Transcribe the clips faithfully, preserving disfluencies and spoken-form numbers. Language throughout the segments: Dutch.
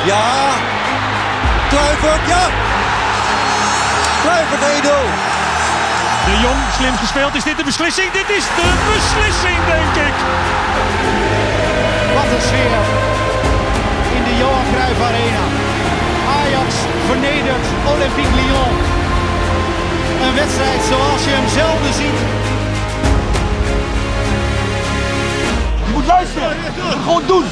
Ja. Kluivert, ja. Kluivert één nul. De Jong, slim gespeeld. Is dit de beslissing? Dit is de beslissing, denk ik. Wat een sfeer in de Johan Cruijff Arena. Ajax vernedert Olympique Lyon. Een wedstrijd zoals je hem zelden ziet. Je moet luisteren. Je moet gewoon doen.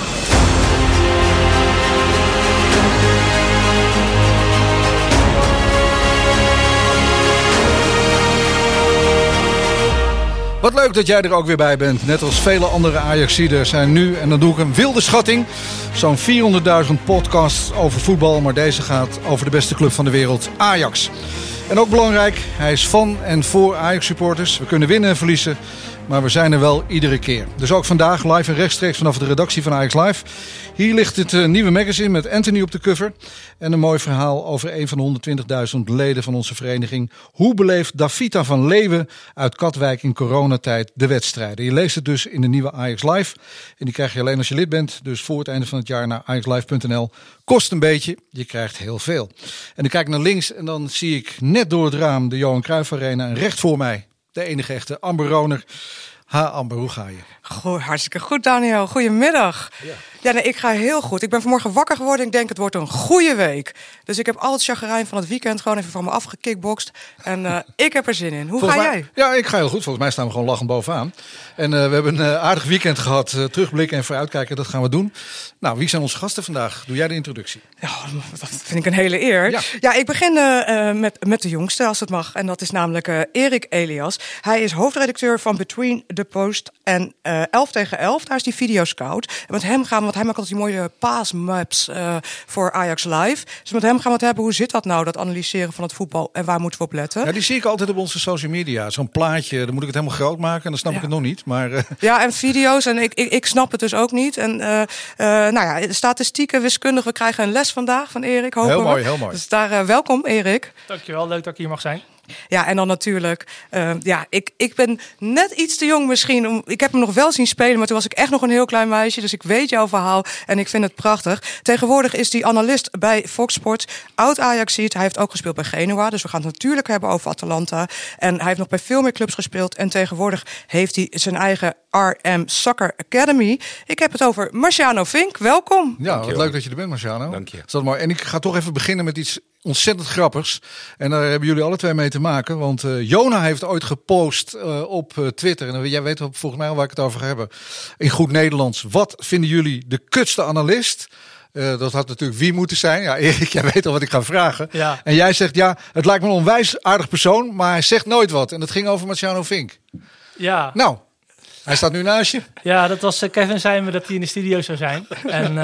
Wat leuk dat jij er ook weer bij bent. Net als vele andere Ajaxiden zijn nu, en dan doe ik een wilde schatting, zo'n vierhonderdduizend podcasts over voetbal. Maar deze gaat over de beste club van de wereld, Ajax. En ook belangrijk, hij is van en voor Ajax-supporters. We kunnen winnen en verliezen, maar we zijn er wel iedere keer. Dus ook vandaag live en rechtstreeks vanaf de redactie van Ajax Live. Hier ligt het uh, nieuwe magazine met Anthony op de cover. En een mooi verhaal over een van de honderdtwintigduizend leden van onze vereniging. Hoe beleeft Davita van Leeuwen uit Katwijk in coronatijd de wedstrijden? Je leest het dus in de nieuwe Ajax Live. En die krijg je alleen als je lid bent. Dus voor het einde van het jaar naar ajax live punt n l. Kost een beetje, je krijgt heel veel. En ik kijk naar links en dan zie ik net door het raam de Johan Cruijff Arena. En recht voor mij de enige echte Amber Roner. Ha Amber, hoe ga je? Goh, hartstikke goed, Daniel. Goedemiddag. Ja, ja nee, ik ga heel goed. Ik ben vanmorgen wakker geworden. Ik denk het wordt een goede week. Dus ik heb al het chagrijn van het weekend gewoon even van me afgekickboxd. En uh, ik heb er zin in. Hoe Volgens ga mij, jij? Ja, ik ga heel goed. Volgens mij staan we gewoon lachend bovenaan. En uh, we hebben een uh, aardig weekend gehad. Uh, terugblikken en vooruitkijken, dat gaan we doen. Nou, wie zijn onze gasten vandaag? Doe jij de introductie? Ja, dat vind ik een hele eer. Ja, ja ik begin uh, met, met de jongste, als het mag. En dat is namelijk uh, Erik Elias. Hij is hoofdredacteur van Between the Post en uh, elf tegen elf. Daar is die videoscout. En met hem gaan we, want hij maakt altijd die mooie paasmaps uh, voor Ajax Live. Dus met hem gaan we het hebben. Hoe zit dat nou, dat analyseren van het voetbal? En waar moeten we op letten? Ja, die zie ik altijd op onze social media. Zo'n plaatje, dan moet ik het helemaal groot maken. En dan snap ja. ik het nog niet. Maar, uh... Ja, en video's. En ik, ik, ik snap het dus ook niet. En uh, uh, nou ja, statistieken, wiskundig. We krijgen een les vandaag van Erik. Hopen heel mooi, we. heel mooi. Dus daar, uh, welkom Erik. Dankjewel, leuk dat ik hier mag zijn. Ja, en dan natuurlijk, uh, ja, ik, ik ben net iets te jong misschien. Om, ik heb hem nog wel zien spelen, maar toen was ik echt nog een heel klein meisje. Dus ik weet jouw verhaal en ik vind het prachtig. Tegenwoordig is hij analist bij Fox Sports, oud Ajaxiet. Hij heeft ook gespeeld bij Genua, dus we gaan het natuurlijk hebben over Atalanta. En hij heeft nog bij veel meer clubs gespeeld. En tegenwoordig heeft hij zijn eigen R M Soccer Academy. Ik heb het over Marciano Vink. Welkom. Ja, wat leuk dat je er bent, Marciano. Dank je. Is dat mooi. En ik ga toch even beginnen met iets ontzettend grappigs. En daar hebben jullie alle twee mee te maken. Want uh, Jona heeft ooit gepost uh, op uh, Twitter. En jij weet volgens mij al waar ik het over heb. In goed Nederlands. Wat vinden jullie de kutste analist? Uh, dat had natuurlijk wie moeten zijn. Ja, Erik, jij weet al wat ik ga vragen. Ja. En jij zegt, ja, het lijkt me een onwijs aardig persoon. Maar hij zegt nooit wat. En dat ging over Marciano Vink. Ja. Nou, hij staat nu naast je. Ja, dat was uh, Kevin zei me dat hij in de studio zou zijn. En uh,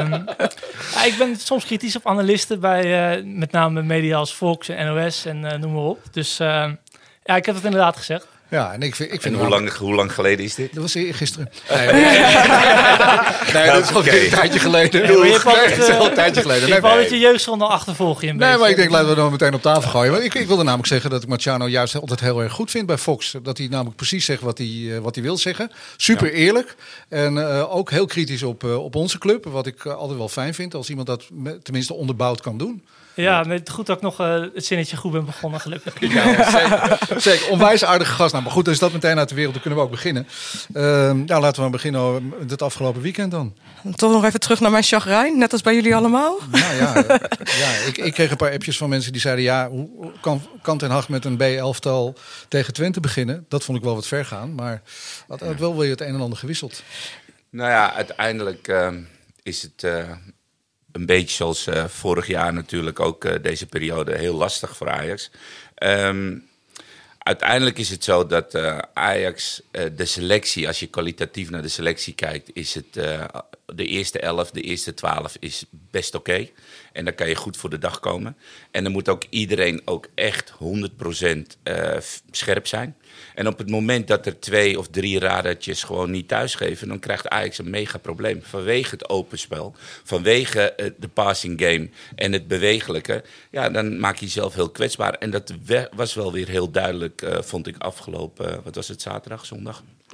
ja, ik ben soms kritisch op analisten bij uh, met name media als Fox en N O S en uh, noem maar op. Dus uh, ja, ik heb het inderdaad gezegd. Ja, en ik vind, ik vind en hoe, lang, hoe lang geleden is dit? Dat was gisteren. Nee, nee, nee. nee dat is al okay. een tijdje geleden. Ja, je hebt nee, al een tijdje geleden. Je nee, nee. je jeugdzonde achtervolg je een Nee, beetje. maar ik denk, laten we dan meteen op tafel gooien. Want ik, ik wilde namelijk zeggen dat ik Marciano juist altijd heel erg goed vind bij Fox. Dat hij namelijk precies zegt wat hij, uh, wat hij wil zeggen. Super ja. eerlijk. En uh, ook heel kritisch op, uh, op onze club. Wat ik uh, altijd wel fijn vind. Als iemand dat me, tenminste onderbouwd kan doen. Ja, met goed dat ik nog uh, het zinnetje goed ben begonnen, gelukkig. Ja, zeker, zeker. Onwijs aardige gast. Nou, maar goed, dan is dat meteen uit de wereld. Dan kunnen we ook beginnen. Uh, nou, laten we maar beginnen met het afgelopen weekend dan. Toch nog even terug naar mijn chagrijn, net als bij jullie allemaal. Nou ja, ja ik, ik kreeg een paar appjes van mensen die zeiden... ja, hoe kan, kan Ten Hag met een B elftal tegen Twente beginnen? Dat vond ik wel wat ver gaan, maar had ja. wel weer het een en ander gewisseld. Nou ja, uiteindelijk uh, is het... Uh, Een beetje zoals uh, vorig jaar natuurlijk ook uh, deze periode heel lastig voor Ajax. Um, uiteindelijk is het zo dat uh, Ajax, uh, de selectie, als je kwalitatief naar de selectie kijkt, is het uh, de eerste elf, de eerste twaalf is best oké. Okay. En dan kan je goed voor de dag komen. En dan moet ook iedereen ook echt honderd procent uh, scherp zijn. En op het moment dat er twee of drie radertjes gewoon niet thuisgeven, dan krijgt Ajax een mega probleem. Vanwege het open spel, vanwege uh, de passing game en het bewegelijke. Ja, dan maak je jezelf heel kwetsbaar. En dat we- was wel weer heel duidelijk, uh, vond ik afgelopen, uh, wat was het, zaterdag, zondag?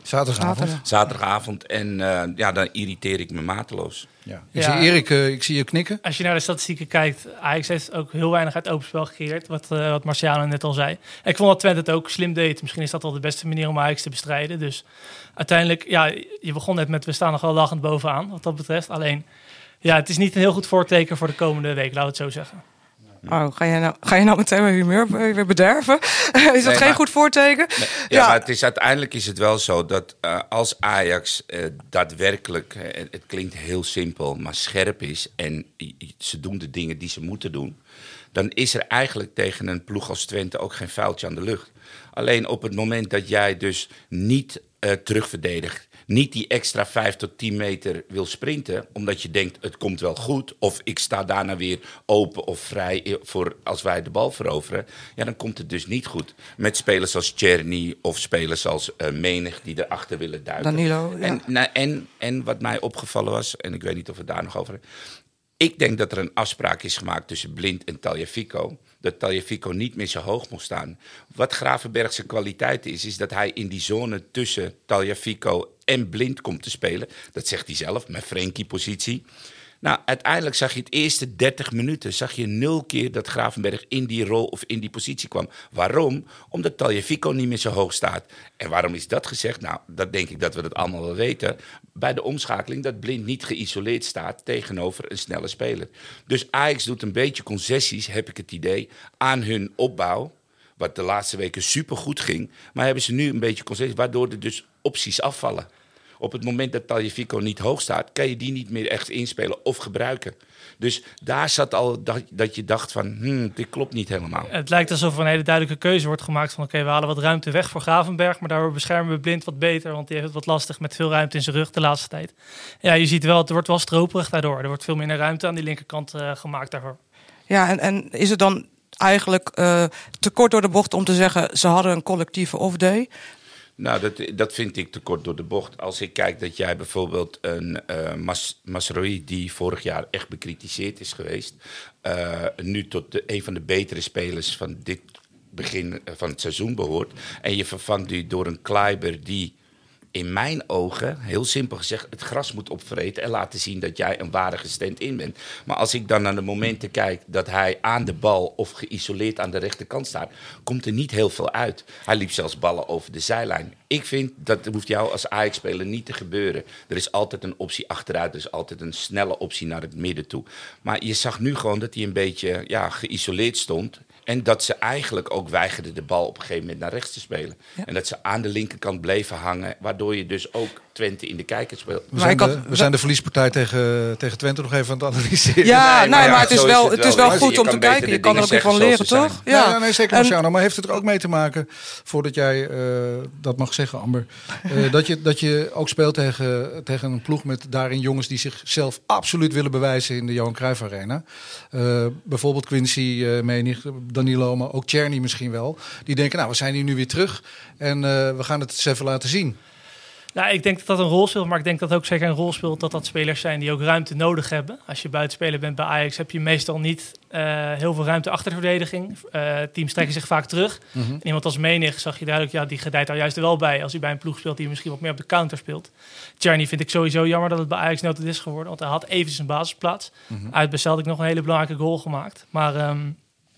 Zaterdagavond. Zaterdag. Zaterdagavond. En uh, ja, dan irriteer ik me mateloos. Ja. Ik Ja. zie Erik, uh, ik zie je knikken. Als je naar de statistieken kijkt, Ajax heeft ook heel weinig uit open spel gecreëerd, wat, uh, wat Marciano net al zei. En ik vond dat Twente het ook slim deed. Misschien is dat wel de beste manier om Ajax te bestrijden. Dus uiteindelijk, ja, je begon net met, we staan nog wel lachend bovenaan, wat dat betreft. Alleen, ja, het is niet een heel goed voorteken voor de komende week, laten we het zo zeggen. Oh, ga je nou, ga je nou meteen mijn humeur weer bederven? Is dat Nee, geen maar- goed voorteken? Ja, Ja. maar het is, uiteindelijk is het wel zo dat uh, als Ajax uh, daadwerkelijk, uh, het, het klinkt heel simpel, maar scherp is en i- i- ze doen de dingen die ze moeten doen, dan is er eigenlijk tegen een ploeg als Twente ook geen vuiltje aan de lucht. Alleen op het moment dat jij dus niet uh, terugverdedigt, niet die extra vijf tot tien meter wil sprinten, omdat je denkt het komt wel goed, of ik sta daarna weer open of vrij voor als wij de bal veroveren, ja, dan komt het dus niet goed. Met spelers als Tjerni of spelers als uh, Menig die erachter willen duiken. Danilo, ja. En, nou, en, en wat mij opgevallen was, en ik weet niet of we daar nog over hebben, ik denk dat er een afspraak is gemaakt tussen Blind en Tagliafico, dat Tagliafico niet meer zo hoog mocht staan. Wat Gravenberg zijn kwaliteit is, is dat hij in die zone tussen Tagliafico en Blind komt te spelen. Dat zegt hij zelf, met Frenkie-positie. Nou, uiteindelijk zag je het eerste dertig minuten, zag je nul keer dat Gravenberg in die rol of in die positie kwam. Waarom? Omdat Tagliafico niet meer zo hoog staat. En waarom is dat gezegd? Nou, dat denk ik dat we dat allemaal wel weten. Bij de omschakeling dat Blind niet geïsoleerd staat tegenover een snelle speler. Dus Ajax doet een beetje concessies, heb ik het idee, aan hun opbouw. Wat de laatste weken supergoed ging. Maar hebben ze nu een beetje concessies, waardoor er dus opties afvallen. Op het moment dat Tagliafico niet hoog staat, kan je die niet meer echt inspelen of gebruiken. Dus daar zat al dat, dat je dacht van, hmm, dit klopt niet helemaal. Het lijkt alsof er een hele duidelijke keuze wordt gemaakt van, oké, okay, we halen wat ruimte weg voor Gravenberg, maar daardoor beschermen we Blind wat beter, want die heeft het wat lastig met veel ruimte in zijn rug de laatste tijd. Ja, je ziet wel, het wordt wel stroperig daardoor. Er wordt veel minder ruimte aan die linkerkant uh, gemaakt daarvoor. Ja, en, en is het dan eigenlijk uh, te kort door de bocht om te zeggen, ze hadden een collectieve off-day? Nou, dat, dat vind ik te kort door de bocht. Als ik kijk dat jij bijvoorbeeld een uh, Mas, Masraoui, die vorig jaar echt bekritiseerd is geweest, uh, nu tot de, een van de betere spelers van dit begin van het seizoen behoort. En je vervangt die door een Kleiber die in mijn ogen, heel simpel gezegd, het gras moet opvreten en laten zien dat jij een waardige stand-in bent. Maar als ik dan naar de momenten kijk dat hij aan de bal of geïsoleerd aan de rechterkant staat, komt er niet heel veel uit. Hij liep zelfs ballen over de zijlijn. Ik vind, dat hoeft jou als Ajax-speler niet te gebeuren. Er is altijd een optie achteruit, er is altijd een snelle optie naar het midden toe. Maar je zag nu gewoon dat hij een beetje ja, geïsoleerd stond. En dat ze eigenlijk ook weigerden de bal op een gegeven moment naar rechts te spelen. Ja. En dat ze aan de linkerkant bleven hangen, waardoor je dus ook Twente in de kijker speelt. We zijn, de, we zijn de verliespartij tegen, tegen Twente nog even aan het analyseren. Ja, nee, maar, nee, ja, maar het is wel, het het is wel. wel goed Je om kan te beter kijken. de Je kan er ook dingen weer van zeggen leren, zoals ze toch? Ja, nee, nee, zeker en, Marciano. Maar heeft het er ook mee te maken, voordat jij uh, dat mag zeggen, Amber, uh, dat, je, dat je ook speelt tegen, tegen een ploeg met daarin jongens die zichzelf absoluut willen bewijzen in de Johan Cruijff Arena. Uh, bijvoorbeeld Quincy, uh, Menig, Danilo, maar ook Tjerni misschien wel. Die denken, nou, we zijn hier nu weer terug en uh, we gaan het eens even laten zien. Nou, ik denk dat dat een rol speelt, maar ik denk dat ook zeker een rol speelt dat dat spelers zijn die ook ruimte nodig hebben. Als je buitenspeler bent bij Ajax heb je meestal niet uh, heel veel ruimte achter de verdediging. Uh, teams trekken zich vaak terug. Mm-hmm. En iemand als Menig zag je duidelijk, ja, die gedijt daar juist er wel bij. Als hij bij een ploeg speelt die misschien wat meer op de counter speelt. Tjerni vind ik sowieso jammer dat het bij Ajax nooit is geworden, want hij had eventjes een basisplaats. Mm-hmm. Uit Bestel had ik nog een hele belangrijke goal gemaakt. Maar Um,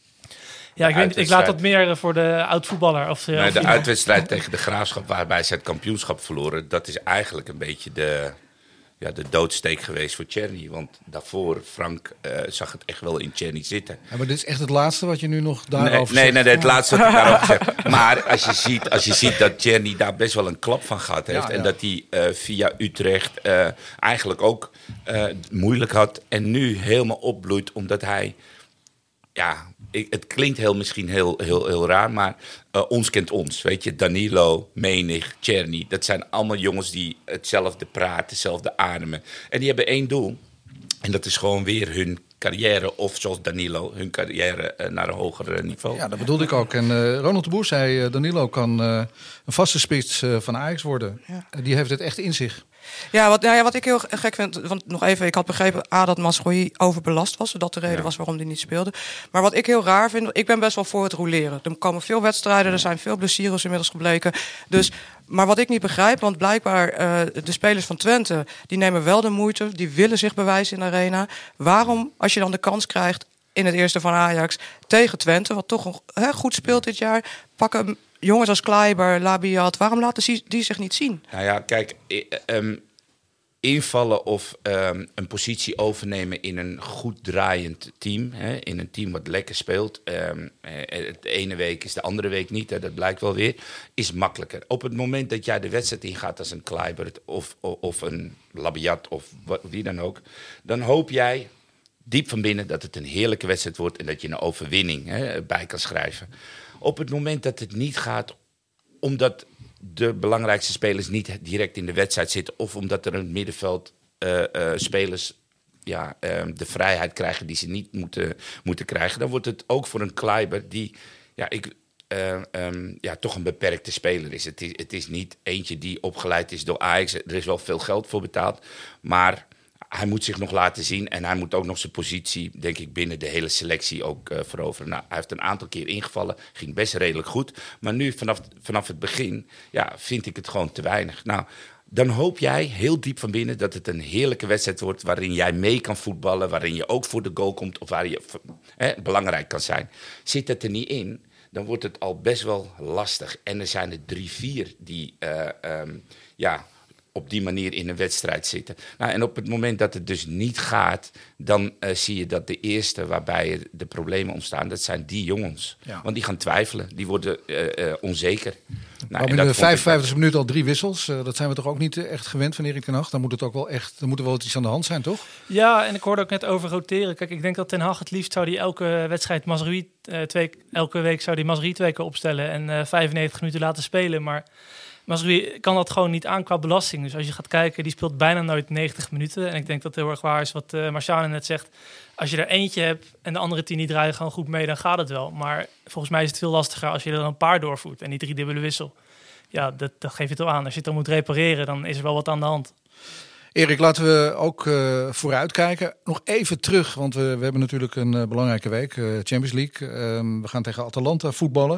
Ja, ik, weet, ik laat dat meer voor de oud-voetballer. Of, nee, of de uitwedstrijd tegen de Graafschap, waarbij ze het kampioenschap verloren, dat is eigenlijk een beetje de, ja, de doodsteek geweest voor Tjerni. Want daarvoor, Frank uh, zag het echt wel in Tjerni zitten. Ja, maar dit is echt het laatste wat je nu nog daarover nee, zegt. Nee, nee, het laatste wat ik daarover zeg. Maar als je ziet, als je ziet dat Tjerni daar best wel een klap van gehad heeft. Ja, ja. En dat hij uh, via Utrecht uh, eigenlijk ook uh, moeilijk had. En nu helemaal opbloeit omdat hij, ja, ik, het klinkt heel, misschien heel, heel, heel raar, maar uh, ons kent ons. Weet je, Danilo, Menig, Tjerni. Dat zijn allemaal jongens die hetzelfde praten, hetzelfde ademen. En die hebben één doel. En dat is gewoon weer hun carrière, of zoals Danilo, hun carrière uh, naar een hoger niveau. Ja, dat bedoelde ik ook. En uh, Ronald de Boer zei, uh, Danilo kan uh, een vaste spits uh, van Ajax worden. Ja. Uh, die heeft het echt in zich. Ja, wat, nou ja, wat ik heel gek vind, want nog even, ik had begrepen A, dat Mazraoui overbelast was, dat de reden ja. was waarom hij niet speelde. Maar wat ik heel raar vind, ik ben best wel voor het roleren. Er komen veel wedstrijden, er zijn veel blessures inmiddels gebleken. Dus, maar wat ik niet begrijp, want blijkbaar uh, de spelers van Twente, die nemen wel de moeite, die willen zich bewijzen in de arena. Waarom, als je dan de kans krijgt in het eerste van Ajax tegen Twente, wat toch he, goed speelt dit jaar, pakken jongens als Kleiber, Labiat, waarom laten die zich niet zien? Nou ja, kijk, um, invallen of um, een positie overnemen in een goed draaiend team, hè, in een team wat lekker speelt, um, de ene week is de andere week niet, hè, dat blijkt wel weer, is makkelijker. Op het moment dat jij de wedstrijd ingaat als een Kleiber of, of, of een Labiat of wat, wie dan ook, dan hoop jij diep van binnen dat het een heerlijke wedstrijd wordt en dat je een overwinning hè, bij kan schrijven. Op het moment dat het niet gaat, omdat de belangrijkste spelers niet direct in de wedstrijd zitten, of omdat er in het middenveld uh, uh, spelers ja, uh, de vrijheid krijgen die ze niet moeten, moeten krijgen, dan wordt het ook voor een Kleiber die ja, ik, uh, um, ja, toch een beperkte speler is. Het is. Het is niet eentje die opgeleid is door Ajax. Er is wel veel geld voor betaald, maar hij moet zich nog laten zien en hij moet ook nog zijn positie, denk ik, binnen de hele selectie ook uh, veroveren. Nou, hij heeft een aantal keer ingevallen, ging best redelijk goed. Maar nu, vanaf, vanaf het begin, ja, vind ik het gewoon te weinig. Nou, dan hoop jij heel diep van binnen dat het een heerlijke wedstrijd wordt waarin jij mee kan voetballen, waarin je ook voor de goal komt of waar je eh, belangrijk kan zijn. Zit het er niet in, dan wordt het al best wel lastig. En er zijn er drie, vier die uh, um, ja, op die manier in een wedstrijd zitten. Nou, en op het moment dat het dus niet gaat, dan uh, zie je dat de eerste waarbij de problemen ontstaan, dat zijn die jongens. Ja. Want die gaan twijfelen, die worden uh, uh, onzeker. Nou, in de vijfenvijftigste minuut al drie wissels. Uh, dat zijn we toch ook niet echt gewend van Erik ten Hag. Dan moet het ook wel echt, dan moet er wel iets aan de hand zijn, toch? Ja, en ik hoorde ook net over roteren. Kijk, ik denk dat Ten Hag het liefst zou die elke wedstrijd Mazraoui uh, twee, elke week zou die Mazraoui twee keer opstellen en uh, vijfennegentig minuten laten spelen, maar Mazraoui kan dat gewoon niet aan qua belasting. Dus als je gaat kijken, die speelt bijna nooit negentig minuten. En ik denk dat het heel erg waar is wat uh, Marciano net zegt. Als je er eentje hebt en de andere tien die draaien gewoon goed mee, dan gaat het wel. Maar volgens mij is het veel lastiger als je er dan een paar doorvoert en die drie dubbele wissel. Ja, dat, dat geeft je toch aan. Als je het dan moet repareren, dan is er wel wat aan de hand. Erik, laten we ook uh, vooruitkijken. Nog even terug, want we, we hebben natuurlijk een uh, belangrijke week. Uh, Champions League. Um, we gaan tegen Atalanta voetballen.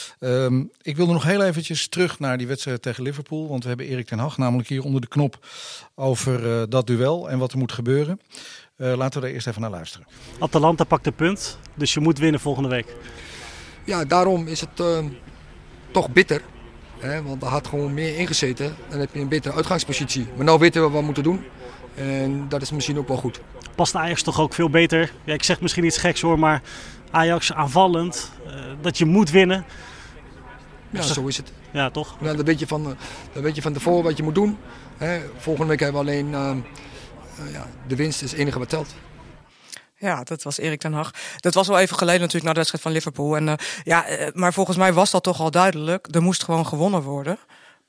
Um, ik wilde nog heel eventjes terug naar die wedstrijd tegen Liverpool. Want we hebben Erik ten Hag namelijk hier onder de knop over uh, dat duel en wat er moet gebeuren. Uh, laten we er eerst even naar luisteren. Atalanta pakt een punt, dus je moet winnen volgende week. Ja, daarom is het uh, toch bitter. He, want er had gewoon meer ingezeten. Dan heb je een betere uitgangspositie. Maar nu weten we wat we moeten doen. En dat is misschien ook wel goed. Past Ajax toch ook veel beter? Ja, ik zeg misschien iets geks hoor, maar Ajax aanvallend. Uh, dat je moet winnen. Ja, dus zo is het. Ja, toch? Ja, dan, weet je van, dan weet je van tevoren wat je moet doen. He, volgende week hebben we alleen uh, uh, ja, de winst is het enige wat telt. Ja, dat was Erik ten Hag. Dat was wel even geleden natuurlijk na de wedstrijd van Liverpool. En, uh, ja, uh, maar volgens mij was dat toch al duidelijk. Er moest gewoon gewonnen worden.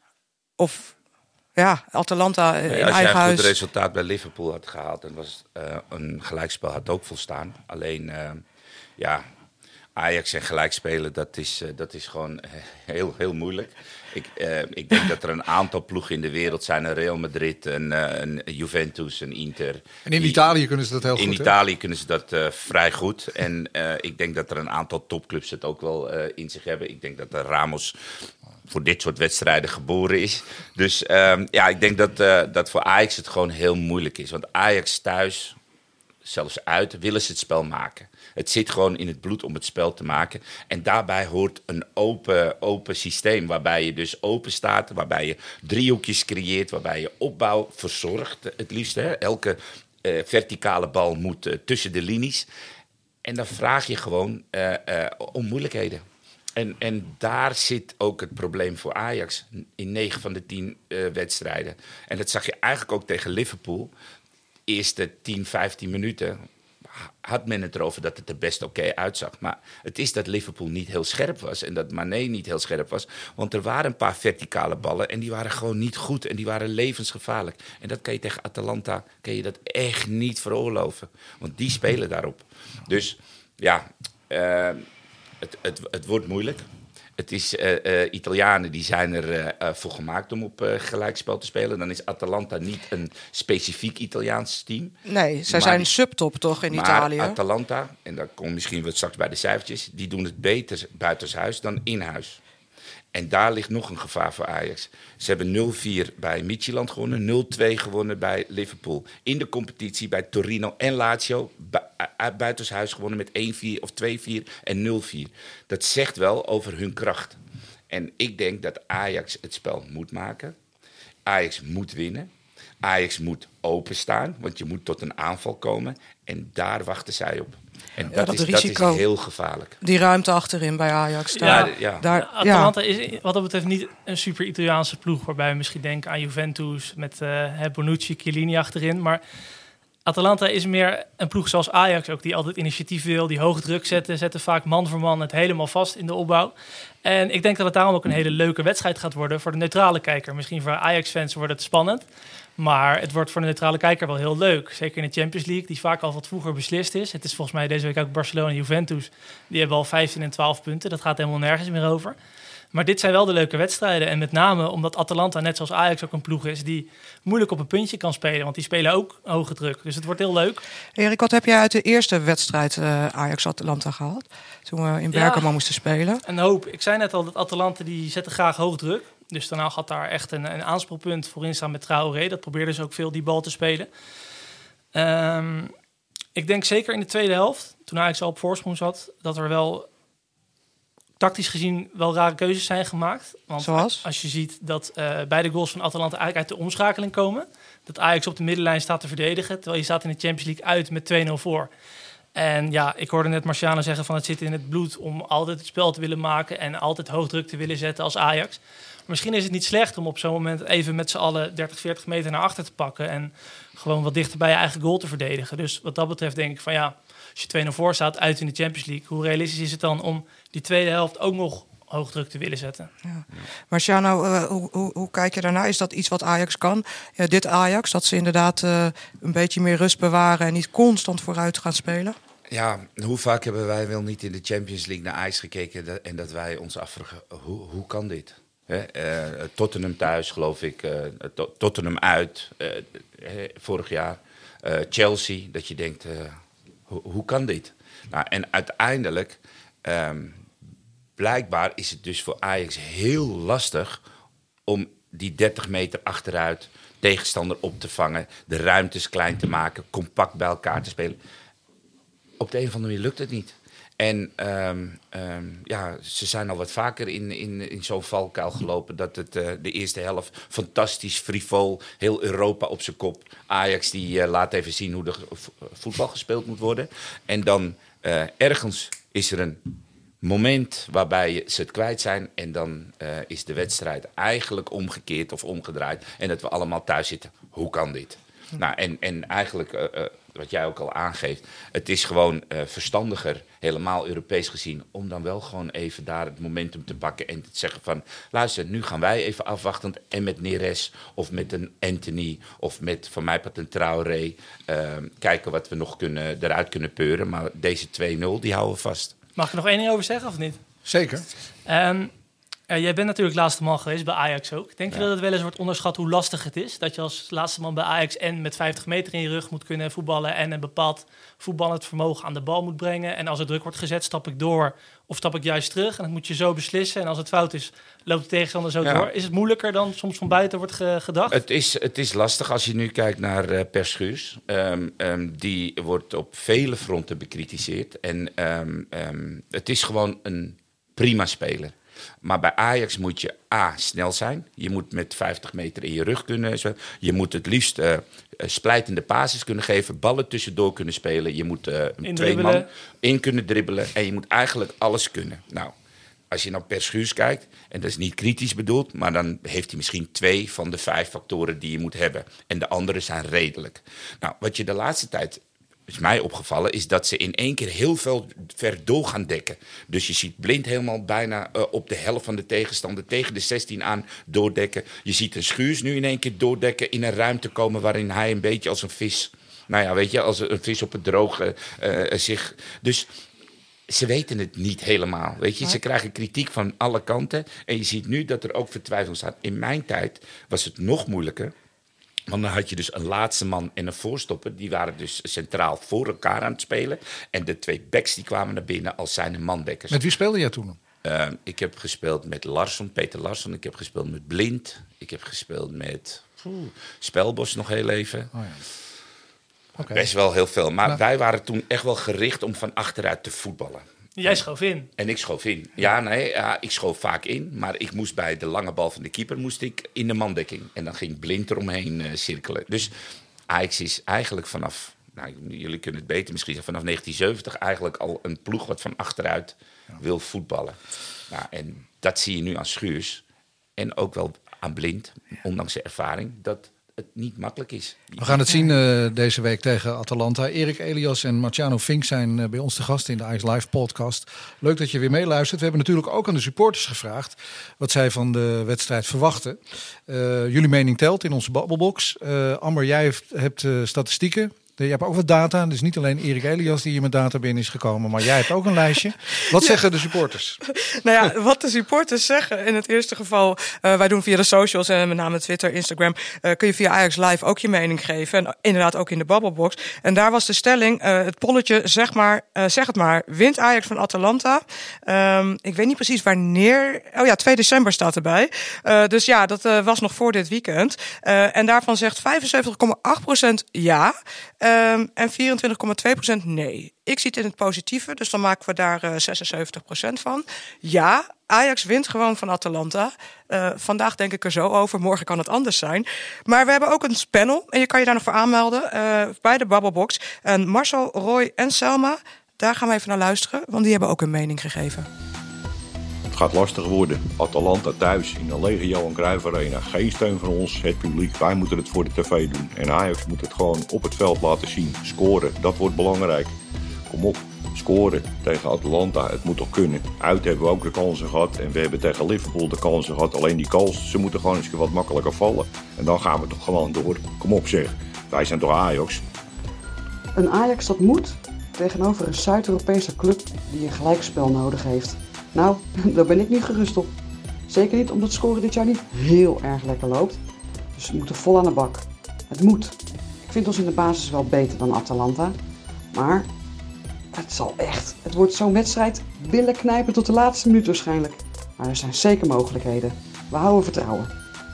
Of ja, Atalanta uh, nee, in als eigen jij een huis. goed resultaat bij Liverpool had gehaald, dan was uh, een gelijkspel had ook volstaan. Alleen, uh, ja, Ajax en gelijkspelen, dat is, uh, dat is gewoon heel, heel moeilijk. Ik, uh, ik denk dat er een aantal ploegen in de wereld zijn. Een Real Madrid, een, uh, een Juventus, een Inter. En in die, Italië kunnen ze dat heel in goed, In Italië hè? kunnen ze dat uh, vrij goed. En uh, ik denk dat er een aantal topclubs het ook wel uh, in zich hebben. Ik denk dat de Ramos voor dit soort wedstrijden geboren is. Dus uh, ja, ik denk dat, uh, dat voor Ajax het gewoon heel moeilijk is. Want Ajax thuis, zelfs uit, willen ze het spel maken. Het zit gewoon in het bloed om het spel te maken. En daarbij hoort een open, open systeem. Waarbij je dus open staat. Waarbij je driehoekjes creëert. Waarbij je opbouw verzorgt het liefst. Hè. Elke uh, verticale bal moet uh, tussen de linies. En dan vraag je gewoon uh, uh, om moeilijkheden. En, en daar zit ook het probleem voor Ajax. In negen van de tien uh, wedstrijden. En dat zag je eigenlijk ook tegen Liverpool. Eerste tien, vijftien minuten had men het erover dat het er best oké okay uitzag. Maar het is dat Liverpool niet heel scherp was en dat Mané niet heel scherp was. Want er waren een paar verticale ballen en die waren gewoon niet goed en die waren levensgevaarlijk. En dat kan je tegen Atalanta kan je dat echt niet veroorloven. Want die spelen daarop. Dus ja, uh, het, het, het wordt moeilijk. Het is uh, uh, Italianen die zijn er uh, uh, voor gemaakt om op uh, gelijkspel te spelen. Dan is Atalanta niet een specifiek Italiaans team. Nee, zij zijn die, subtop toch in maar Italië. Atalanta, en daar komt misschien wat straks bij de cijfertjes, die doen het beter buitenshuis dan in huis. En daar ligt nog een gevaar voor Ajax. Ze hebben nul vier bij Midtjylland gewonnen, nul twee gewonnen bij Liverpool. In de competitie bij Torino en Lazio bu- buitenshuis gewonnen met één vier of twee vier en nul vier. Dat zegt wel over hun kracht. En ik denk dat Ajax het spel moet maken. Ajax moet winnen. Ajax moet openstaan, want je moet tot een aanval komen. En daar wachten zij op. En dat, ja, dat, is, risico, dat is heel gevaarlijk. Die ruimte achterin bij Ajax. Daar, ja, ja. Daar, Atalanta ja. is wat dat betreft niet een super Italiaanse ploeg, waarbij we misschien denken aan Juventus met uh, Bonucci, Chiellini achterin. Maar Atalanta is meer een ploeg zoals Ajax ook, die altijd initiatief wil, die hoog druk zetten, zetten vaak man voor man het helemaal vast in de opbouw. En ik denk dat het daarom ook een hele leuke wedstrijd gaat worden voor de neutrale kijker. Misschien voor Ajax-fans wordt het spannend, maar het wordt voor de neutrale kijker wel heel leuk. Zeker in de Champions League, die vaak al wat vroeger beslist is. Het is volgens mij deze week ook Barcelona en Juventus. Die hebben al vijftien en twaalf punten. Dat gaat helemaal nergens meer over. Maar dit zijn wel de leuke wedstrijden. En met name omdat Atalanta, net zoals Ajax, ook een ploeg is die moeilijk op een puntje kan spelen. Want die spelen ook hoge druk. Dus het wordt heel leuk. Erik, wat heb jij uit de eerste wedstrijd uh, Ajax-Atalanta gehaald? Toen we in Bergamo ja, moesten spelen. Een hoop. Ik zei net al dat Atalanta die zetten graag hoog druk. Dus daarna had daar echt een, een aanspeelpunt voorin staan met Traoré. Dat probeerde ze ook veel die bal te spelen. Um, ik denk zeker in de tweede helft, toen Ajax al op voorsprong zat, dat er wel tactisch gezien wel rare keuzes zijn gemaakt. Want Zoals? Als je ziet dat uh, beide goals van Atalanta eigenlijk uit de omschakeling komen. Dat Ajax op de middenlijn staat te verdedigen, terwijl je staat in de Champions League uit met twee nul voor. En ja, ik hoorde net Marciano zeggen van het zit in het bloed om altijd het spel te willen maken en altijd hoog druk te willen zetten als Ajax. Misschien is het niet slecht om op zo'n moment even met z'n allen dertig, veertig meter naar achter te pakken en gewoon wat dichter bij je eigen goal te verdedigen. Dus wat dat betreft denk ik van ja, als je twee nul voor staat uit in de Champions League, hoe realistisch is het dan om die tweede helft ook nog hoog druk te willen zetten? Ja. Marciano, uh, hoe, hoe, hoe kijk je daarnaar? Is dat iets wat Ajax kan? Ja, dit Ajax, dat ze inderdaad uh, een beetje meer rust bewaren en niet constant vooruit gaan spelen? Ja, hoe vaak hebben wij wel niet in de Champions League naar Ajax gekeken dat, en dat wij ons afvragen, hoe, hoe kan dit? He, uh, Tottenham thuis, geloof ik, uh, to- Tottenham uit, uh, he, vorig jaar, uh, Chelsea, dat je denkt, uh, hoe, hoe kan dit? Nou, en uiteindelijk, um, blijkbaar is het dus voor Ajax heel lastig om die dertig meter achteruit tegenstander op te vangen, de ruimtes klein te maken, compact bij elkaar te spelen. Op de een of andere manier lukt het niet. En um, um, ja, ze zijn al wat vaker in, in, in zo'n valkuil gelopen dat het uh, de eerste helft fantastisch, frivol, heel Europa op zijn kop. Ajax die uh, laat even zien hoe de voetbal gespeeld moet worden. En dan uh, ergens is er een moment waarbij ze het kwijt zijn en dan uh, is de wedstrijd eigenlijk omgekeerd of omgedraaid. En dat we allemaal thuis zitten. Hoe kan dit? Hm. Nou, en, en eigenlijk, uh, uh, wat jij ook al aangeeft, het is gewoon uh, verstandiger, helemaal Europees gezien, om dan wel gewoon even daar het momentum te pakken en te zeggen van, luister, nu gaan wij even afwachtend en met Neres of met een Anthony of met van mij pat een Traoré uh, kijken wat we nog kunnen, eruit kunnen peuren. Maar deze twee nul, die houden we vast. Mag ik er nog één ding over zeggen of niet? Zeker. Um, Uh, jij bent natuurlijk laatste man geweest bij Ajax ook. Denk je ja. dat het wel eens wordt onderschat hoe lastig het is? Dat je als laatste man bij Ajax en met vijftig meter in je rug moet kunnen voetballen en een bepaald voetballend vermogen aan de bal moet brengen. En als er druk wordt gezet, stap ik door of stap ik juist terug. En dat moet je zo beslissen. En als het fout is, loopt de tegenstander zo ja. door. Is het moeilijker dan soms van buiten wordt ge- gedacht? Het is, het is lastig als je nu kijkt naar uh, Per Schuurs. Um, um, die wordt op vele fronten bekritiseerd. En um, um, het is gewoon een prima speler. Maar bij Ajax moet je A, snel zijn. Je moet met vijftig meter in je rug kunnen. Je moet het liefst uh, splijtende passes kunnen geven. Ballen tussendoor kunnen spelen. Je moet uh, twee man in kunnen dribbelen. En je moet eigenlijk alles kunnen. Nou, als je naar Per Schuurs kijkt, en dat is niet kritisch bedoeld, maar dan heeft hij misschien twee van de vijf factoren die je moet hebben. En de andere zijn redelijk. Nou, wat je de laatste tijd is mij opgevallen, is dat ze in één keer heel veel ver door gaan dekken. Dus je ziet Blind helemaal bijna uh, op de helft van de tegenstander tegen de zestien aan doordekken. Je ziet een Schuurs nu in één keer doordekken, in een ruimte komen waarin hij een beetje als een vis, nou ja, weet je, als een vis op het droge uh, zich. Dus ze weten het niet helemaal. Weet je, ze krijgen kritiek van alle kanten. En je ziet nu dat er ook vertwijfeling staat. In mijn tijd was het nog moeilijker. Want dan had je dus een laatste man en een voorstopper. Die waren dus centraal voor elkaar aan het spelen. En de twee backs die kwamen naar binnen als zijn mandekkers. Met wie speelde jij toen? Uh, ik heb gespeeld met Larsson, Peter Larsson. Ik heb gespeeld met Blind. Ik heb gespeeld met oeh, Spelbos nog heel even. Oh ja. Okay. Best wel heel veel. Maar nou. wij waren toen echt wel gericht om van achteruit te voetballen. Jij schoof in. En ik schoof in. Ja, nee, ja, ik schoof vaak in. Maar ik moest bij de lange bal van de keeper moest ik in de mandekking. En dan ging Blind eromheen uh, cirkelen. Dus Ajax is eigenlijk vanaf... Nou, jullie kunnen het beter misschien zeggen. Vanaf negentien zeventig eigenlijk al een ploeg wat van achteruit ja. wil voetballen. Nou, en dat zie je nu aan Schuurs. En ook wel aan Blind, ondanks zijn ervaring. Dat het niet makkelijk is. We gaan het zien uh, deze week tegen Atalanta. Erik Elias en Marciano Fink zijn uh, bij ons te gast in de Ajax Live podcast. Leuk dat je weer meeluistert. We hebben natuurlijk ook aan de supporters gevraagd wat zij van de wedstrijd verwachten. Uh, jullie mening telt in onze babbelbox. Uh, Amber, jij hebt, hebt uh, statistieken. Je hebt ook wat data. Dus niet alleen Erik Elias die hier met data binnen is gekomen. Maar jij hebt ook een lijstje. Wat ja. zeggen de supporters? Nou ja, wat de supporters zeggen. In het eerste geval, uh, wij doen via de socials en met name Twitter, Instagram. Uh, kun je via Ajax Live ook je mening geven. En inderdaad ook in de babbelbox. En daar was de stelling, uh, het polletje, zeg maar, uh, zeg het maar. Wint Ajax van Atalanta? Um, ik weet niet precies wanneer. Oh ja, twee december staat erbij. Uh, dus ja, dat uh, was nog voor dit weekend. Uh, en daarvan zegt vijfenzeventig komma acht procent ja. Um, en vierentwintig komma twee procent nee. Ik zie het in het positieve, dus dan maken we daar uh, zesenzeventig procent van. Ja, Ajax wint gewoon van Atalanta. Uh, vandaag denk ik er zo over, morgen kan het anders zijn. Maar we hebben ook een panel en je kan je daar nog voor aanmelden uh, bij de Babbelbox. En Marcel, Roy en Selma, daar gaan we even naar luisteren, want die hebben ook een mening gegeven. Het gaat lastig worden. Atalanta thuis in de lege Johan Cruijff Arena. Geen steun van ons, het publiek. Wij moeten het voor de tv doen. En Ajax moet het gewoon op het veld laten zien. Scoren, dat wordt belangrijk. Kom op, scoren tegen Atalanta. Het moet toch kunnen. Uit hebben we ook de kansen gehad. En we hebben tegen Liverpool de kansen gehad. Alleen die goals, ze moeten gewoon eens wat makkelijker vallen. En dan gaan we toch gewoon door. Kom op zeg, wij zijn toch Ajax. Een Ajax dat moet tegenover een Zuid-Europese club die een gelijkspel nodig heeft. Nou, daar ben ik niet gerust op. Zeker niet omdat scoren dit jaar niet heel erg lekker loopt. Dus we moeten vol aan de bak. Het moet. Ik vind ons in de basis wel beter dan Atalanta. Maar het zal echt. Het wordt zo'n wedstrijd billen knijpen tot de laatste minuut waarschijnlijk. Maar er zijn zeker mogelijkheden. We houden vertrouwen.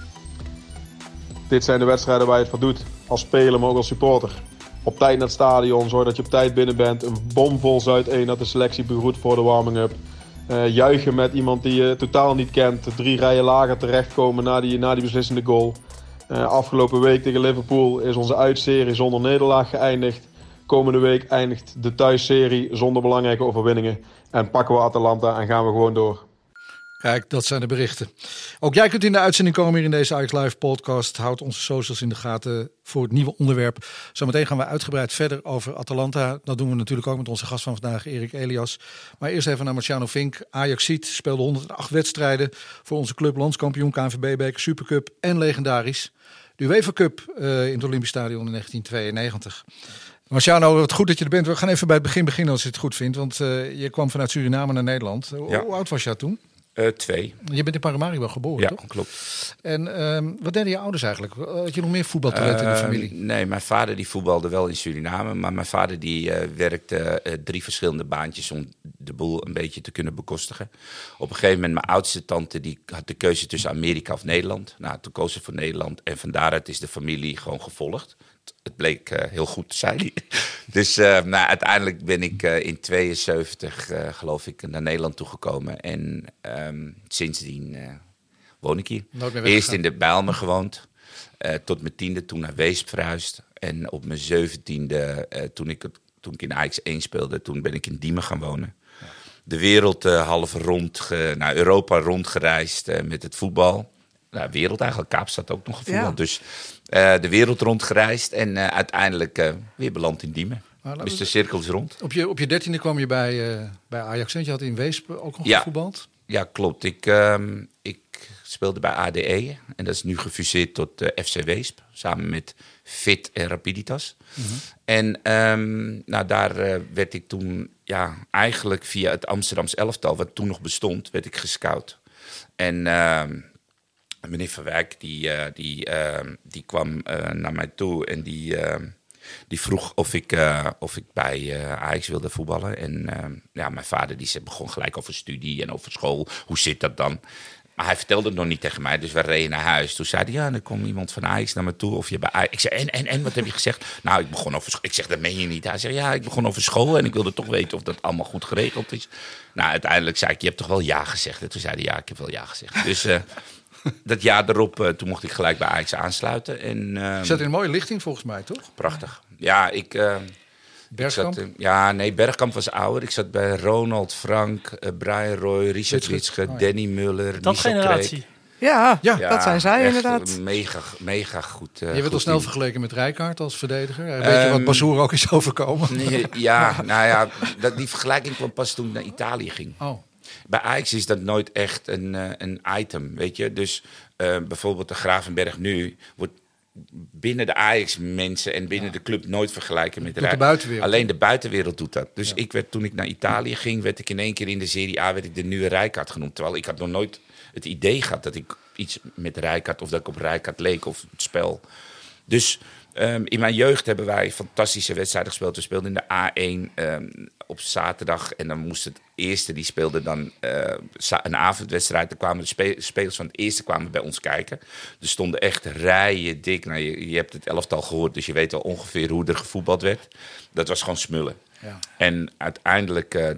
Dit zijn de wedstrijden waar je het voor doet. Als speler, maar ook als supporter. Op tijd naar het stadion, zorg dat je op tijd binnen bent. Een bomvol Zuid één dat de selectie begroet voor de warming-up. Uh, juichen met iemand die je totaal niet kent. Drie rijen lager terechtkomen na die, na die beslissende goal. Uh, afgelopen week tegen Liverpool is onze uitserie zonder nederlaag geëindigd. Komende week eindigt de thuisserie zonder belangrijke overwinningen. En pakken we Atalanta en gaan we gewoon door. Kijk, dat zijn de berichten. Ook jij kunt in de uitzending komen hier in deze Ajax Live podcast. Houd onze socials in de gaten voor het nieuwe onderwerp. Zometeen gaan we uitgebreid verder over Atalanta. Dat doen we natuurlijk ook met onze gast van vandaag, Erik Elias. Maar eerst even naar Marciano Fink. Ajaxiet speelde honderdacht wedstrijden voor onze club. Landskampioen, K N V B-beker, Supercup en legendarisch. De UEFA Cup uh, in het Olympisch Stadion in negentien tweeënnegentig. Marciano, wat goed dat je er bent. We gaan even bij het begin beginnen als je het goed vindt. Want uh, je kwam vanuit Suriname naar Nederland. Ja. Hoe oud was je toen? Uh, twee. Je bent in Paramaribo geboren, ja, toch? Ja, klopt. En um, wat deden je ouders eigenlijk? Had je nog meer voetbaltalent uh, in de familie? Nee, mijn vader die voetbalde wel in Suriname. Maar mijn vader die uh, werkte uh, drie verschillende baantjes om de boel een beetje te kunnen bekostigen. Op een gegeven moment, mijn oudste tante die had de keuze tussen Amerika of Nederland. Nou, toen koos ze voor Nederland. En van daaruit is de familie gewoon gevolgd. Het bleek uh, heel goed te zijn. Dus uh, nou, uiteindelijk ben ik uh, in tweeënzeventig, uh, geloof ik, naar Nederland toegekomen. En um, sindsdien uh, woon ik hier. Eerst in de Bijlmer gewoond. Uh, tot mijn tiende, toen naar Weesp verhuisd. En op mijn zeventiende, uh, toen, ik het, toen ik in Ajax één speelde, toen ben ik in Diemen gaan wonen. Ja. De wereld uh, half rond, ge, nou, Europa rondgereisd uh, met het voetbal. Nou, wereld eigenlijk, Kaapstad ook nog gevoetbald. Ja. Dus uh, de wereld rondgereisd en uh, uiteindelijk uh, weer beland in Diemen. Dus we... de cirkel is rond. Op je, op je dertiende kwam je bij, uh, bij Ajax. Je had in Weesp ook nog ja. gevoetbald. ja, klopt. Ik, um, ik speelde bij A D E en dat is nu gefuseerd tot uh, F C Weesp, samen met Fit en Rapiditas. Mm-hmm. En um, nou, daar uh, werd ik toen ja, eigenlijk via het Amsterdams elftal, wat toen nog bestond, werd ik gescout. En uh, meneer Van Wijk, die, uh, die, uh, die kwam uh, naar mij toe en die, uh, die vroeg of ik, uh, of ik bij uh, Ajax wilde voetballen. En uh, ja, mijn vader die begon gelijk over studie en over school. Hoe zit dat dan? Maar hij vertelde het nog niet tegen mij, dus we reden naar huis. Toen zei hij, ja, dan kwam iemand van Ajax naar me toe. Of je bij Ajax. Ik zei, en, en, en, wat heb je gezegd? Nou, ik begon over school. Ik zeg, dat meen je niet. Hij zei, ja, ik begon over school en ik wilde toch weten of dat allemaal goed geregeld is. Nou, uiteindelijk zei ik, je hebt toch wel ja gezegd? En toen zei hij, ja, ik heb wel ja gezegd. Dus uh, dat jaar erop, uh, toen mocht ik gelijk bij Ajax aansluiten. En, uh, je zat in een mooie lichting volgens mij, toch? Prachtig. Ja, ik... Uh, Bergkamp? Zat, uh, ja, nee, Bergkamp was ouder. Ik zat bij Ronald, Frank, uh, Brian Roy, Richard Witsche, oh, ja. Danny Muller, dat generatie. Kreek. Ja, ja, ja, dat zijn zij inderdaad. Mega, mega goed. Uh, je werd goed al snel in. vergeleken met Rijkaard als verdediger. Weet um, je wat Bazoer ook is overkomen? Nee, ja, nou ja, dat, die vergelijking kwam pas toen ik naar Italië ging. Oh. Bij Ajax is dat nooit echt een, uh, een item, weet je. Dus uh, bijvoorbeeld de Gravenberg nu wordt binnen de Ajax-mensen en binnen ja. de club nooit vergelijken met de, de buitenwereld. Alleen de buitenwereld doet dat. Dus ja. ik werd, toen ik naar Italië ging, werd ik in één keer in de Serie A werd ik de nieuwe Rijkaard genoemd. Terwijl ik had nog nooit het idee gehad dat ik iets met Rijkaard of dat ik op Rijkaard leek of het spel. Dus um, in mijn jeugd hebben wij fantastische wedstrijden gespeeld. We speelden in de A één um, op zaterdag en dan moest het eerste, die speelde dan uh, een avondwedstrijd. Dan kwamen de spe- spelers van het eerste kwamen bij ons kijken. Er stonden echt rijen dik. Nou, je, je hebt het elftal gehoord, dus je weet al ongeveer hoe er gevoetbald werd. Dat was gewoon smullen. Ja. En uiteindelijk, uh,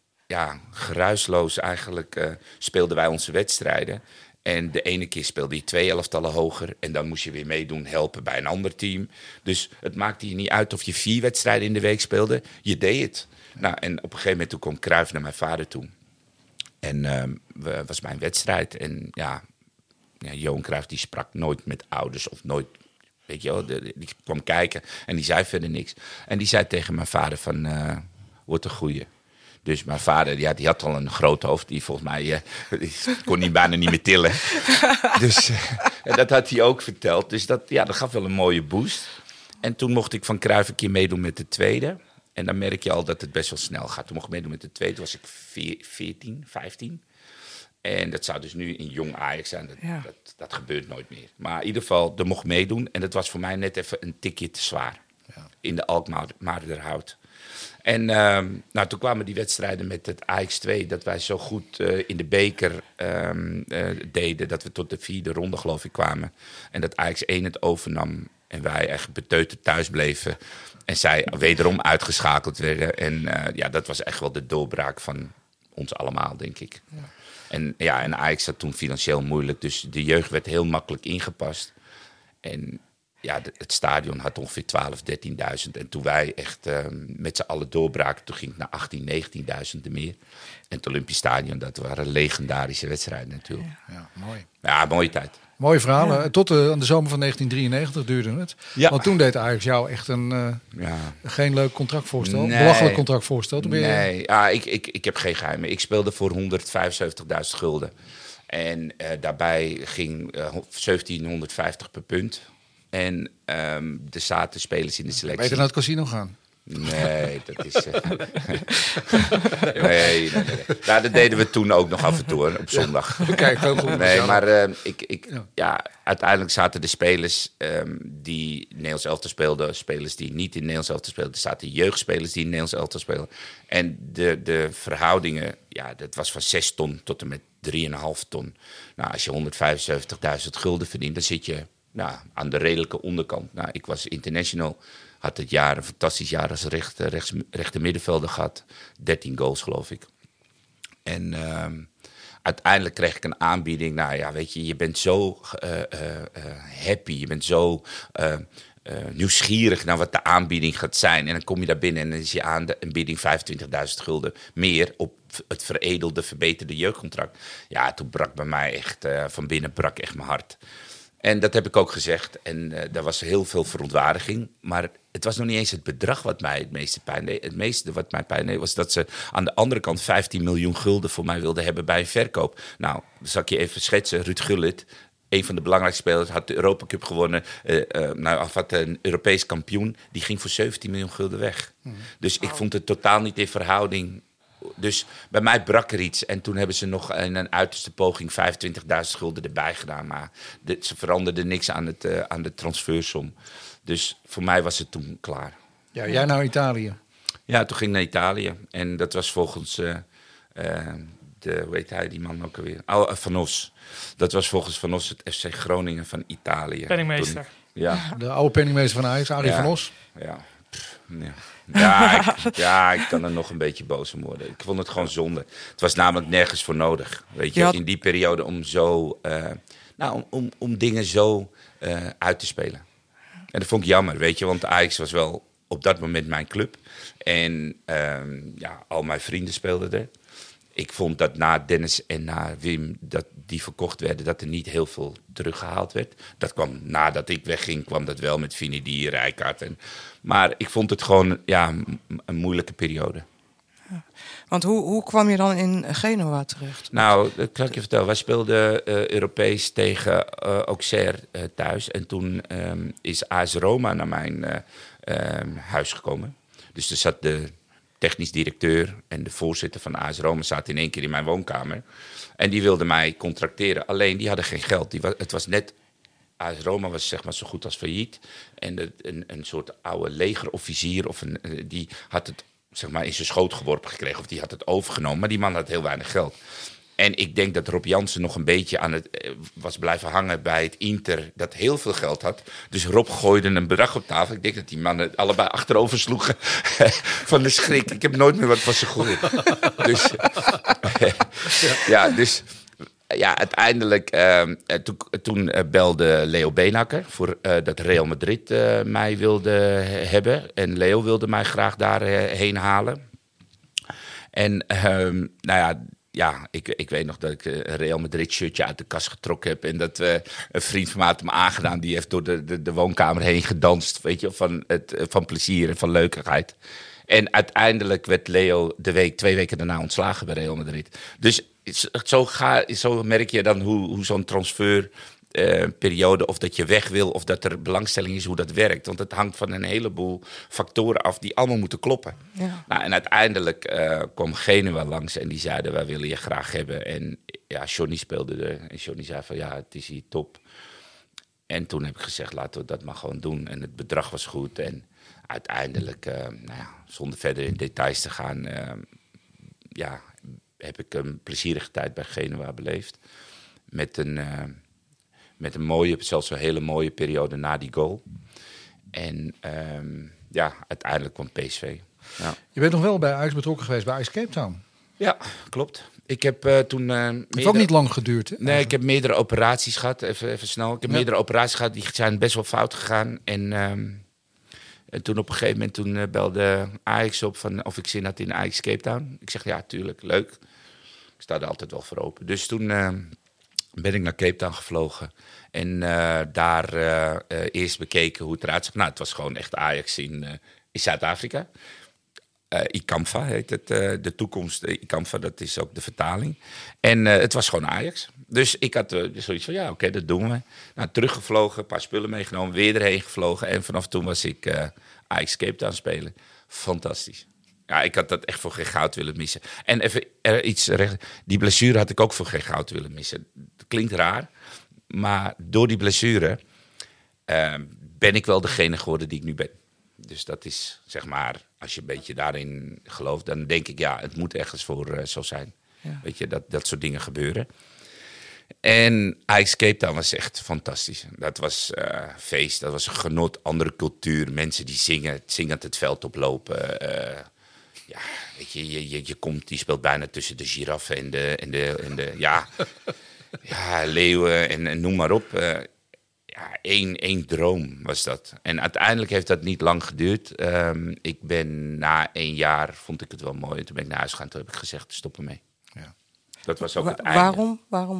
ja, geruisloos eigenlijk uh, speelden wij onze wedstrijden. En de ene keer speelde je twee elftallen hoger. En dan moest je weer meedoen, helpen bij een ander team. Dus het maakte je niet uit of je vier wedstrijden in de week speelde. Je deed het. Nou, en op een gegeven moment toen kwam Cruijff naar mijn vader toe. En uh, was mijn wedstrijd. En ja, ja, Johan Cruijff die sprak nooit met ouders of nooit... Weet je wel, de, die kwam kijken en die zei verder niks. En die zei tegen mijn vader van, uh, wordt een goeie. Dus mijn vader, ja, die had al een groot hoofd. Die volgens mij, uh, die kon hij bijna niet meer tillen. Dus uh, dat had hij ook verteld. Dus dat, ja, dat gaf wel een mooie boost. En toen mocht ik van Cruijff een keer meedoen met de tweede. En dan merk je al dat het best wel snel gaat. Toen mocht ik meedoen met de tweede. Toen was ik veertien, vijftien. En dat zou dus nu in jong Ajax zijn. Dat, ja. dat, dat gebeurt nooit meer. Maar in ieder geval, er mocht meedoen. En dat was voor mij net even een tikje te zwaar. Ja. In de Alkmaarderhout. En uh, nou, toen kwamen die wedstrijden met het Ajax twee... dat wij zo goed uh, in de beker um, uh, deden... dat we tot de vierde ronde, geloof ik, kwamen. En dat Ajax één het overnam... en wij echt beteuterd thuis bleven... en zij wederom uitgeschakeld werden. En uh, ja, dat was echt wel de doorbraak van ons allemaal, denk ik. Ja. En ja, en Ajax zat toen financieel moeilijk... dus de jeugd werd heel makkelijk ingepast. En... ja, het stadion had ongeveer twaalf, dertienduizend. En toen wij echt uh, met z'n allen doorbraken... toen ging het naar achttien, negentienduizend er meer. En het Olympisch Stadion, dat waren legendarische wedstrijden natuurlijk. Ja, ja, mooi. Ja, mooie tijd. Mooie verhalen. Ja. Tot uh, aan de zomer van negentien drieënnegentig duurde het. Ja. Want toen deed Ajax jou echt een uh, ja. geen leuk contractvoorstel. Nee. Belachelijk contractvoorstel. Toen ben je... Nee, ja, ik, ik, ik heb geen geheimen. Ik speelde voor honderdvijfenzeventigduizend gulden. En uh, daarbij ging uh, zeventienhonderdvijftig per punt... En um, er zaten spelers in de selectie. Ben je naar het casino gaan? Nee, dat is... Uh... nee, nee, nee, nee. Nou, dat deden we toen ook nog af en toe, hoor, op zondag. Ja. Kijk, heel goed. Nee, maar uh, ik, ik, ja. ja, uiteindelijk zaten de spelers um, die Nederlands elftal speelden... spelers die niet in Nederlands elftal speelden. Er zaten jeugdspelers die in Nederlands elftal speelden. En de, de verhoudingen, ja, dat was van zes ton tot en met drie komma vijf ton. Nou, als je honderdvijfenzeventigduizend gulden verdient, dan zit je... nou, aan de redelijke onderkant. Nou, ik was international, had het jaar een fantastisch jaar als recht, rechts, rechter middenvelder gehad. dertien goals, geloof ik. En uh, uiteindelijk kreeg ik een aanbieding. Nou ja, weet je, je bent zo uh, uh, happy, je bent zo uh, uh, nieuwsgierig naar wat de aanbieding gaat zijn. En dan kom je daar binnen en dan is je aan de een bieding vijfentwintigduizend gulden meer op het veredelde, verbeterde jeugdcontract. Ja, toen brak bij mij echt, uh, van binnen brak echt mijn hart. En dat heb ik ook gezegd. En uh, daar was heel veel verontwaardiging. Maar het was nog niet eens het bedrag wat mij het meeste pijn deed. Het meeste wat mij pijn deed was dat ze aan de andere kant vijftien miljoen gulden voor mij wilden hebben bij een verkoop. Nou, dan zal ik je even schetsen. Ruud Gullit, een van de belangrijkste spelers, had de Europa Cup gewonnen. Uh, uh, nou, of had een Europees kampioen. Die ging voor zeventien miljoen gulden weg. Hmm. Dus ik vond het totaal niet in verhouding. Dus bij mij brak er iets. En toen hebben ze nog in een uiterste poging vijfentwintigduizend gulden erbij gedaan. Maar de, ze veranderden niks aan, het, uh, aan de transfersom. Dus voor mij was het toen klaar. Ja, jij naar Italië? Ja, toen ging ik naar Italië. En dat was volgens uh, uh, de, hoe heet hij, die man ook alweer? Oh, Van Os. Dat was volgens Van Os het F C Groningen van Italië. Penningmeester. Toen, ja. De oude penningmeester van Ajax, Arie ja. Van Os. Ja. Pff, ja. Ja ik, ja, ik kan er nog een beetje boos om worden. Ik vond het gewoon zonde. Het was namelijk nergens voor nodig. Weet je, had... in die periode om zo, uh, nou, om, om, om dingen zo uh, uit te spelen. En dat vond ik jammer, weet je, want Ajax was wel op dat moment mijn club. En uh, ja, al mijn vrienden speelden er. Ik vond dat na Dennis en na Wim, dat die verkocht werden, dat er niet heel veel teruggehaald werd. Dat kwam nadat ik wegging, kwam dat wel met Vinicius, Rijkaard. En, maar ik vond het gewoon ja, een moeilijke periode. Ja. Want hoe, hoe kwam je dan in Genoa terecht? Nou, dat kan ik je vertellen. Wij speelden uh, Europees tegen uh, Auxerre uh, thuis. En toen um, is A S Roma naar mijn uh, uh, huis gekomen. Dus er zat de technisch directeur en de voorzitter van A S Roma zaten in één keer in mijn woonkamer. En die wilden mij contracteren. Alleen, die hadden geen geld. Die was, het was net... A S Roma was zeg maar zo goed als failliet. En de, een, een soort oude legerofficier, of een, die had het zeg maar in zijn schoot geworpen gekregen. Of die had het overgenomen. Maar die man had heel weinig geld. En ik denk dat Rob Jansen nog een beetje aan het eh, was blijven hangen bij het Inter, dat heel veel geld had. Dus Rob gooide een bedrag op tafel. Ik denk dat die mannen allebei achterover sloegen van de schrik. Ik heb nooit meer wat van ze gehoord. dus, ja, dus ja, uiteindelijk, uh, to, toen uh, belde Leo Beenhakker voor uh, dat Real Madrid uh, mij wilde hebben. En Leo wilde mij graag daarheen uh, halen. En uh, nou ja... Ja, ik, ik weet nog dat ik een Real Madrid shirtje uit de kast getrokken heb. En dat uh, een vriend van mij had me aangedaan. Die heeft door de, de, de woonkamer heen gedanst. Weet je, van, het, van plezier en van leukigheid. En uiteindelijk werd Leo de week, twee weken daarna ontslagen bij Real Madrid. Dus zo, ga, zo merk je dan hoe, hoe zo'n transfer... Uh, periode, of dat je weg wil, of dat er belangstelling is hoe dat werkt. Want het hangt van een heleboel factoren af die allemaal moeten kloppen. Ja. Nou, en uiteindelijk uh, kwam Genua langs en die zeiden, wij willen je graag hebben. En ja, Johnny speelde er. En Johnny zei van, ja, het is hier top. En toen heb ik gezegd, laten we dat maar gewoon doen. En het bedrag was goed. En uiteindelijk, uh, nou ja, zonder verder in details te gaan, uh, ja, heb ik een plezierige tijd bij Genua beleefd. Met een... Uh, Met een mooie, zelfs een hele mooie periode na die goal. En um, ja, uiteindelijk kwam P S V. Ja. Je bent nog wel bij Ajax betrokken geweest, bij Ajax Cape Town. Ja, klopt. Ik heb uh, toen... Uh, het heeft ook niet lang geduurd, hè? Nee, eigenlijk. Ik heb meerdere operaties gehad. Even, even snel. Ik heb ja. meerdere operaties gehad, die zijn best wel fout gegaan. En, um, en toen op een gegeven moment toen, uh, belde Ajax op van of ik zin had in Ajax Cape Town. Ik zeg, ja, tuurlijk, leuk. Ik sta er altijd wel voor open. Dus toen... Uh, ben ik naar Cape Town gevlogen. En uh, daar uh, uh, eerst bekeken hoe het eruit zag. Nou, het was gewoon echt Ajax in, uh, in Zuid-Afrika. Uh, Ikamfa heet het. Uh, de toekomst, uh, Ikamfa, dat is ook de vertaling. En uh, het was gewoon Ajax. Dus ik had uh, zoiets van, ja, oké, okay, dat doen we. Nou, teruggevlogen, een paar spullen meegenomen, weer erheen gevlogen. En vanaf toen was ik uh, Ajax Cape Town spelen. Fantastisch. Ja, ik had dat echt voor geen goud willen missen. En even er iets recht. Die blessure had ik ook voor geen goud willen missen. Dat klinkt raar, maar door die blessure uh, ben ik wel degene geworden die ik nu ben. Dus dat is, zeg maar, als je een beetje daarin gelooft, dan denk ik, ja, het moet ergens voor uh, zo zijn. Ja. Weet je, dat, dat soort dingen gebeuren. En Ajax Cape Town was echt fantastisch. Dat was uh, feest, dat was een genot, andere cultuur, mensen die zingen, zingend het veld oplopen. Uh, Ja, weet je, je, je, je komt, die speelt bijna tussen de giraffen en de, en de, en de ja, ja, leeuwen en, en noem maar op. Uh, ja, één, één droom was dat. En uiteindelijk heeft dat niet lang geduurd. Um, ik ben na één jaar, vond ik het wel mooi. Toen ben ik naar huis gegaan, toen heb ik gezegd, stop ermee. Ja. Dat was ook Wa- het einde. Waarom? Waarom?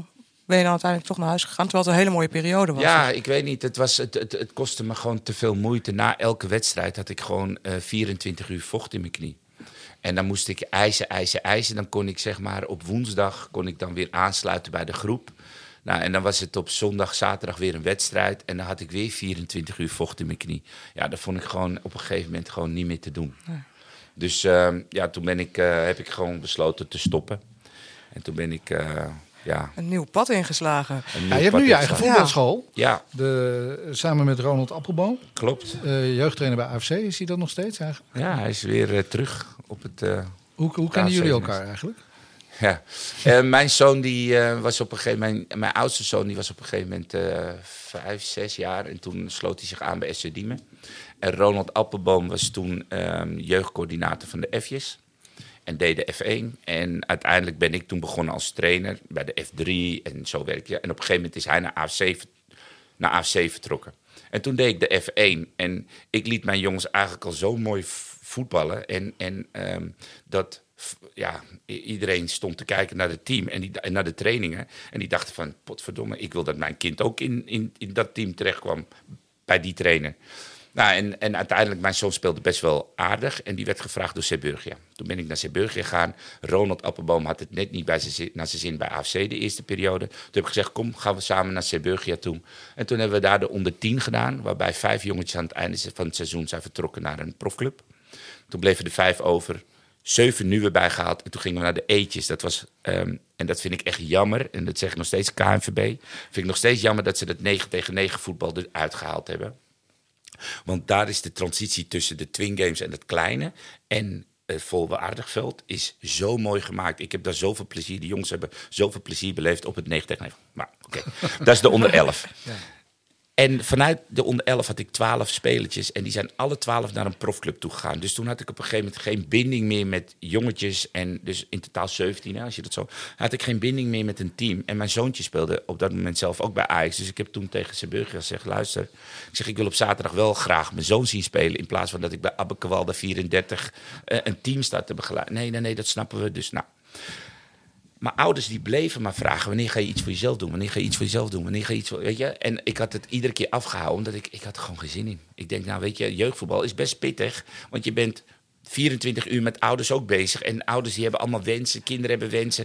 ben je dan uiteindelijk toch naar huis gegaan, terwijl het een hele mooie periode was? Ja, ik weet niet. Het, was, het, het, het kostte me gewoon te veel moeite. Na elke wedstrijd had ik gewoon uh, vierentwintig uur vocht in mijn knie. En dan moest ik eisen, eisen, eisen. Dan kon ik zeg maar op woensdag kon ik dan weer aansluiten bij de groep. Nou, en dan was het op zondag, zaterdag weer een wedstrijd. En dan had ik weer vierentwintig uur vocht in mijn knie. Ja, dat vond ik gewoon op een gegeven moment gewoon niet meer te doen. Ja. Dus uh, ja, toen ben ik, uh, heb ik gewoon besloten te stoppen. En toen ben ik... Uh, Ja. Een nieuw pad ingeslagen. Ja, je hebt nu je eigen voetbalschool. Ja. De, samen met Ronald Appelboom. Klopt. Uh, jeugdtrainer bij A F C. Is hij dat nog steeds eigenlijk? Ja, hij is weer uh, terug op het... Uh, hoe hoe kennen jullie elkaar eigenlijk? Ja. Uh, mijn zoon die uh, was op een gegeven moment... Mijn oudste zoon die was op een gegeven moment uh, vijf, zes jaar. En toen sloot hij zich aan bij S C Diemen. En Ronald Appelboom was toen um, jeugdcoördinator van de F'jes. En deed de F één. En uiteindelijk ben ik toen begonnen als trainer bij de F drie. En zo werk je. En op een gegeven moment is hij naar A F C, naar A F C vertrokken. En toen deed ik de F één. En ik liet mijn jongens eigenlijk al zo mooi voetballen. En, en um, dat ja, iedereen stond te kijken naar het team en, die, en naar de trainingen. En die dachten van, potverdomme, ik wil dat mijn kind ook in, in, in dat team terechtkwam. Bij die trainer. Nou, en, en uiteindelijk, mijn zoon speelde best wel aardig. En die werd gevraagd door Zeeburgia. Toen ben ik naar Zeeburgia gegaan. Ronald Appelboom had het net niet bij zijn, naar zijn zin bij A F C de eerste periode. Toen heb ik gezegd, kom, gaan we samen naar Zeeburgia toe. En toen hebben we daar de onder tien gedaan. Waarbij vijf jongetjes aan het einde van het seizoen zijn vertrokken naar een profclub. Toen bleven er vijf over. Zeven nieuwe bijgehaald. En toen gingen we naar de E'tjes. Dat was, um, en dat vind ik echt jammer. En dat zeg ik nog steeds K N V B. Vind ik nog steeds jammer dat ze dat negen tegen negen voetbal eruit gehaald hebben. Want daar is de transitie tussen de Twin Games en het kleine en het volwaardigveld is zo mooi gemaakt. Ik heb daar zoveel plezier, de jongens hebben zoveel plezier beleefd op het negen tegen negen. Maar oké, okay. Dat is de onder elf. Ja. En vanuit de onder elf had ik twaalf spelertjes en die zijn alle twaalf naar een profclub toegegaan. Dus toen had ik op een gegeven moment geen binding meer met jongetjes. En dus in totaal zeventien, hè, als je dat zo... had ik geen binding meer met een team. En mijn zoontje speelde op dat moment zelf ook bij Ajax. Dus ik heb toen tegen Zeeburgia gezegd, luister. Ik zeg, ik wil op zaterdag wel graag mijn zoon zien spelen. In plaats van dat ik bij Abbekewalda vierendertig uh, een team sta te begeleiden. Nee, nee, nee, dat snappen we. Dus nou... Maar ouders die bleven maar vragen, wanneer ga je iets voor jezelf doen? Wanneer ga je iets voor jezelf doen? Wanneer ga je iets voor, weet je? En ik had het iedere keer afgehouden, omdat ik, ik had er gewoon geen zin in. Ik denk, nou weet je, jeugdvoetbal is best pittig. Want je bent vierentwintig uur met ouders ook bezig. En ouders die hebben allemaal wensen, kinderen hebben wensen.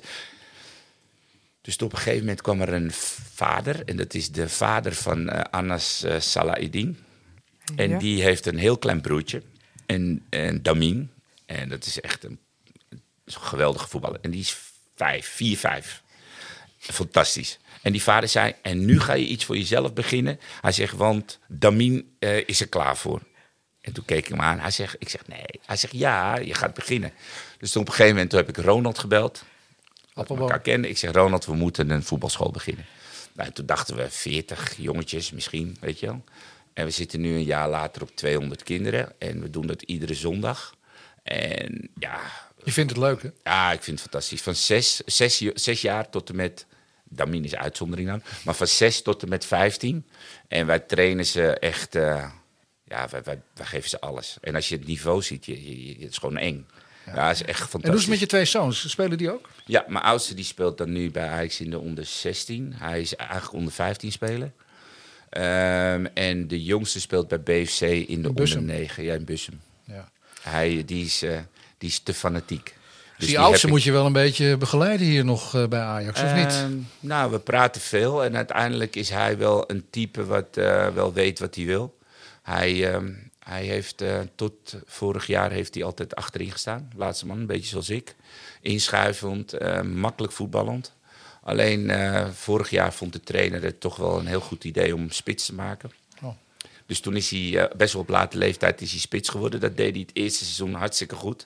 Dus op een gegeven moment kwam er een vader. En dat is de vader van uh, Anas uh, Salahuddin. En ja. Die heeft een heel klein broertje. En, en Damin. En dat is echt een, een geweldige voetballer. En die is Vijf, vier, vijf. Fantastisch. En die vader zei, en nu ga je iets voor jezelf beginnen. Hij zegt, want Damin uh, is er klaar voor. En toen keek ik hem aan. Hij zegt, ik zeg, nee. Hij zegt, ja, je gaat beginnen. Dus toen op een gegeven moment toen heb ik Ronald gebeld. Dat we elkaar kennen. Ik zeg, Ronald, we moeten een voetbalschool beginnen. Nou, toen dachten we, veertig jongetjes misschien, weet je wel. En we zitten nu een jaar later op tweehonderd kinderen. En we doen dat iedere zondag. En ja... Je vindt het leuk, hè? Ja, ik vind het fantastisch. Van zes, zes, zes jaar tot en met... Damin is uitzondering dan. Maar van zes tot en met vijftien. En wij trainen ze echt... Uh, ja, wij, wij, wij geven ze alles. En als je het niveau ziet, je, je, je, het is gewoon eng. Ja, ja, het is echt fantastisch. En hoe is het met je twee zoons? Spelen die ook? Ja, mijn oudste die speelt dan nu bij Ajax in de onder zestien. Hij is eigenlijk onder vijftien spelen. Um, en de jongste speelt bij B F C in de onder negen. Ja, in Bussum. Ja. Hij, die is... Uh, Die is te fanatiek. Dus die oudste moet je wel een beetje begeleiden hier nog uh, bij Ajax, of uh, niet? Nou, we praten veel. En uiteindelijk is hij wel een type wat uh, wel weet wat hij wil. Hij, uh, hij heeft uh, tot vorig jaar heeft hij altijd achterin gestaan. Laatste man, een beetje zoals ik. Inschuivend, uh, makkelijk voetballend. Alleen uh, vorig jaar vond de trainer het toch wel een heel goed idee om spits te maken. Oh. Dus toen is hij uh, best wel op late leeftijd is hij spits geworden. Dat deed hij het eerste seizoen hartstikke goed.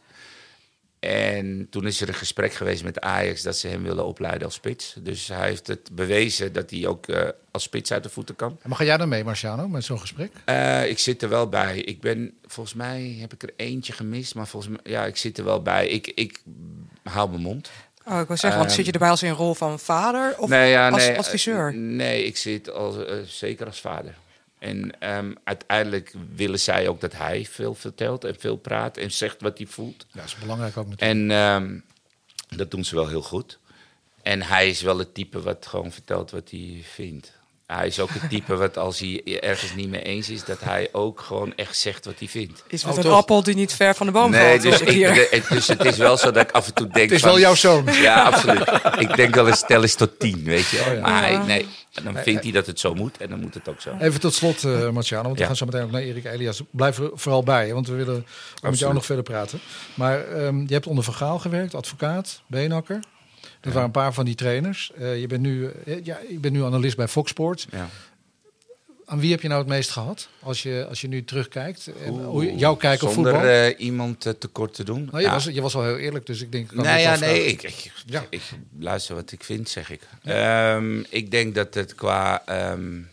En toen is er een gesprek geweest met Ajax dat ze hem willen opleiden als spits. Dus hij heeft het bewezen dat hij ook uh, als spits uit de voeten kan. Maar ga jij dan mee, Marciano, met zo'n gesprek? Uh, ik zit er wel bij. Ik ben, volgens mij heb ik er eentje gemist, maar volgens mij, ja, ik zit er wel bij. Ik, ik hou mijn mond. Oh, ik wil zeggen, want um, zit je erbij als in rol van vader of nee, ja, als nee, adviseur? Uh, nee, ik zit als, uh, zeker als vader. En um, uiteindelijk willen zij ook dat hij veel vertelt en veel praat en zegt wat hij voelt. Ja, dat is belangrijk ook natuurlijk. En um, dat doen ze wel heel goed. En hij is wel het type wat gewoon vertelt wat hij vindt. Hij is ook het type wat als hij ergens niet mee eens is, dat hij ook gewoon echt zegt wat hij vindt. Is met oh, een toch? appel die niet ver van de boom nee, valt. Dus, ik, de, dus het is wel zo dat ik af en toe denk... Het is van, wel jouw zoon. Ja, absoluut. Ik denk wel eens tel eens tot tien, weet je. Oh, ja. Maar ja. hij, nee, dan vindt hij dat het zo moet en dan moet het ook zo. Even tot slot, uh, Marciano, want ja. we gaan zo meteen ook naar Erik Elias. Blijf er vooral bij, want we willen met jou nog verder praten. Maar um, je hebt onder Van Gaal gewerkt, advocaat, Beenhakker. Dat ja. waren een paar van die trainers. Uh, je bent nu, uh, ja, ik ben nu analist bij Fox Sports. Ja. Aan wie heb je nou het meest gehad, als je, als je nu terugkijkt? En hoe jouw kijk op voetbal? Zonder uh, iemand uh, tekort te doen. Nou, je, ja. was, je was al heel eerlijk, dus ik denk... Ik nee, ja, nee, ik, ik, ja. ik luister wat ik vind, zeg ik. Ja. Um, ik denk dat het qua um,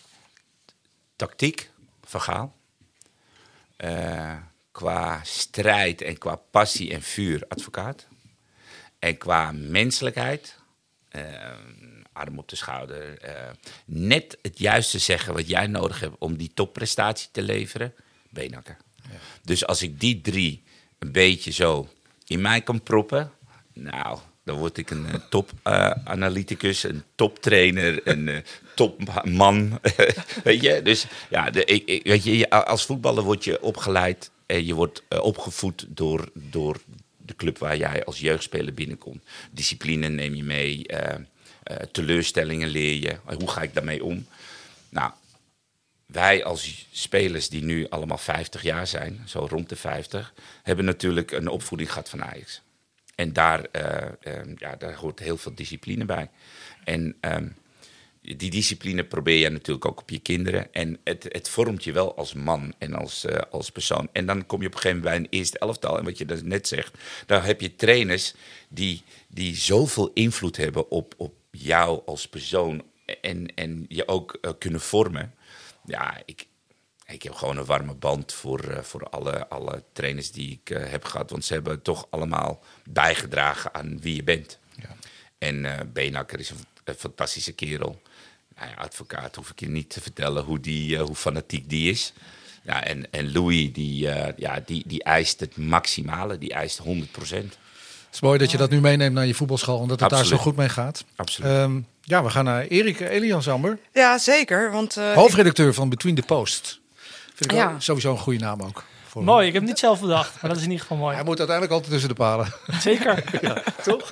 tactiek, Van Gaal, uh, qua strijd en qua passie en vuur, advocaat. En qua menselijkheid... Uh, arm op de schouder. Uh, net het juiste zeggen wat jij nodig hebt om die topprestatie te leveren. Beenhakker. Ja. Dus als ik die drie een beetje zo in mij kan proppen. Nou, dan word ik een uh, top-analyticus, uh, een toptrainer, een uh, topman. Weet je? Dus ja, de, ik, ik, weet je, als voetballer word je opgeleid en je wordt uh, opgevoed door, door de club waar jij als jeugdspeler binnenkomt. Discipline neem je mee. Uh, Uh, teleurstellingen leer je. Hoe ga ik daarmee om? Nou, wij als spelers die nu allemaal vijftig jaar zijn, zo rond de vijftig, hebben natuurlijk een opvoeding gehad van Ajax. En daar, uh, uh, ja, daar hoort heel veel discipline bij. En um, die discipline probeer je natuurlijk ook op je kinderen. En het, het vormt je wel als man en als, uh, als persoon. En dan kom je op een gegeven moment bij een eerste elftal. En wat je net zegt, dan heb je trainers die, die zoveel invloed hebben op, op jou als persoon en, en je ook uh, kunnen vormen. Ja, ik, ik heb gewoon een warme band voor, uh, voor alle, alle trainers die ik uh, heb gehad. Want ze hebben toch allemaal bijgedragen aan wie je bent. Ja. En uh, Beenhakker is een, een fantastische kerel. Nou ja, advocaat hoef ik je niet te vertellen hoe, die, uh, hoe fanatiek die is. Ja, en, en Louis, die, uh, ja, die, die eist het maximale. Die eist honderd procent. Het is mooi dat je dat nu meeneemt naar je voetbalschool en dat het Absoluut. daar zo goed mee gaat. Absoluut. Um, ja, we gaan naar Erik Elias Amber. Ja, zeker. Want, uh, hoofdredacteur van Between the Post. Vind ik ja. sowieso een goede naam ook. Voor mooi, hem. Ik heb het niet zelf bedacht, maar dat is in ieder geval mooi. Hij moet uiteindelijk altijd tussen de palen. Zeker, ja, toch?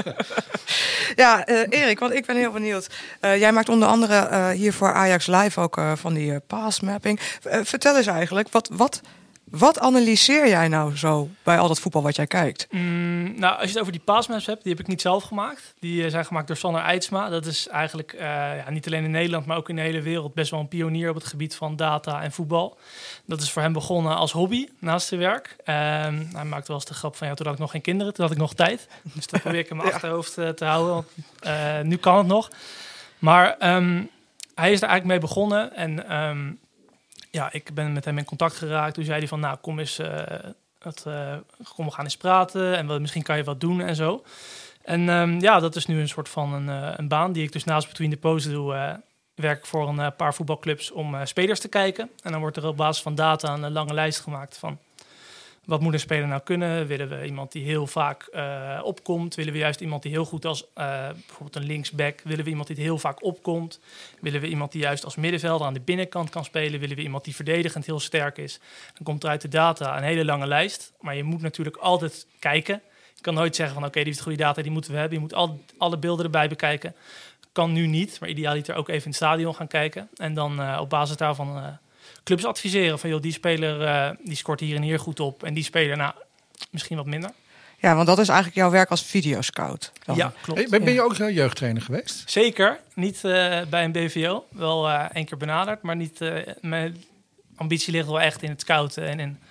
Ja, uh, Erik, want ik ben heel benieuwd. Uh, jij maakt onder andere uh, hier voor Ajax Live ook uh, van die uh, passmapping. Uh, vertel eens eigenlijk, wat... wat Wat analyseer jij nou zo bij al dat voetbal wat jij kijkt? Mm, nou, als je het over die passmaps hebt, die heb ik niet zelf gemaakt. Die uh, zijn gemaakt door Sander Eidsma. Dat is eigenlijk uh, ja, niet alleen in Nederland, maar ook in de hele wereld best wel een pionier op het gebied van data en voetbal. Dat is voor hem begonnen als hobby, naast zijn werk. Uh, hij maakte wel eens de grap van, ja, toen had ik nog geen kinderen, toen had ik nog tijd. Dus dat probeer ik in mijn ja. achterhoofd uh, te houden. Want, uh, nu kan het nog. Maar um, hij is er eigenlijk mee begonnen en... Um, Ja, ik ben met hem in contact geraakt. Toen zei hij van, nou, kom eens, uh, het, uh, kom, we gaan eens praten. En wel, misschien kan je wat doen en zo. En um, ja, dat is nu een soort van een, uh, een baan die ik dus naast Between the Post doe. Uh, werk ik voor een uh, paar voetbalclubs om uh, spelers te kijken. En dan wordt er op basis van data een lange lijst gemaakt van... Wat moet een speler nou kunnen? Willen we iemand die heel vaak uh, opkomt? Willen we juist iemand die heel goed als uh, bijvoorbeeld een linksback? Willen we iemand die heel vaak opkomt? Willen we iemand die juist als middenvelder aan de binnenkant kan spelen? Willen we iemand die verdedigend heel sterk is? Dan komt er uit de data een hele lange lijst. Maar je moet natuurlijk altijd kijken. Je kan nooit zeggen van oké, okay, die heeft goede data, die moeten we hebben. Je moet al, alle beelden erbij bekijken. Kan nu niet, maar idealiter ook even in het stadion gaan kijken. En dan uh, op basis daarvan... Uh, clubs adviseren van, joh, die speler uh, die scoort hier en hier goed op. En die speler, nou, misschien wat minder. Ja, want dat is eigenlijk jouw werk als videoscout. Dan. Ja, klopt. Hey, ben, ben je ook uh, jeugdtrainer geweest? Zeker. Niet uh, bij een B V O. Wel uh, één keer benaderd. Maar niet, uh, mijn ambitie ligt wel echt in het scouten. En in,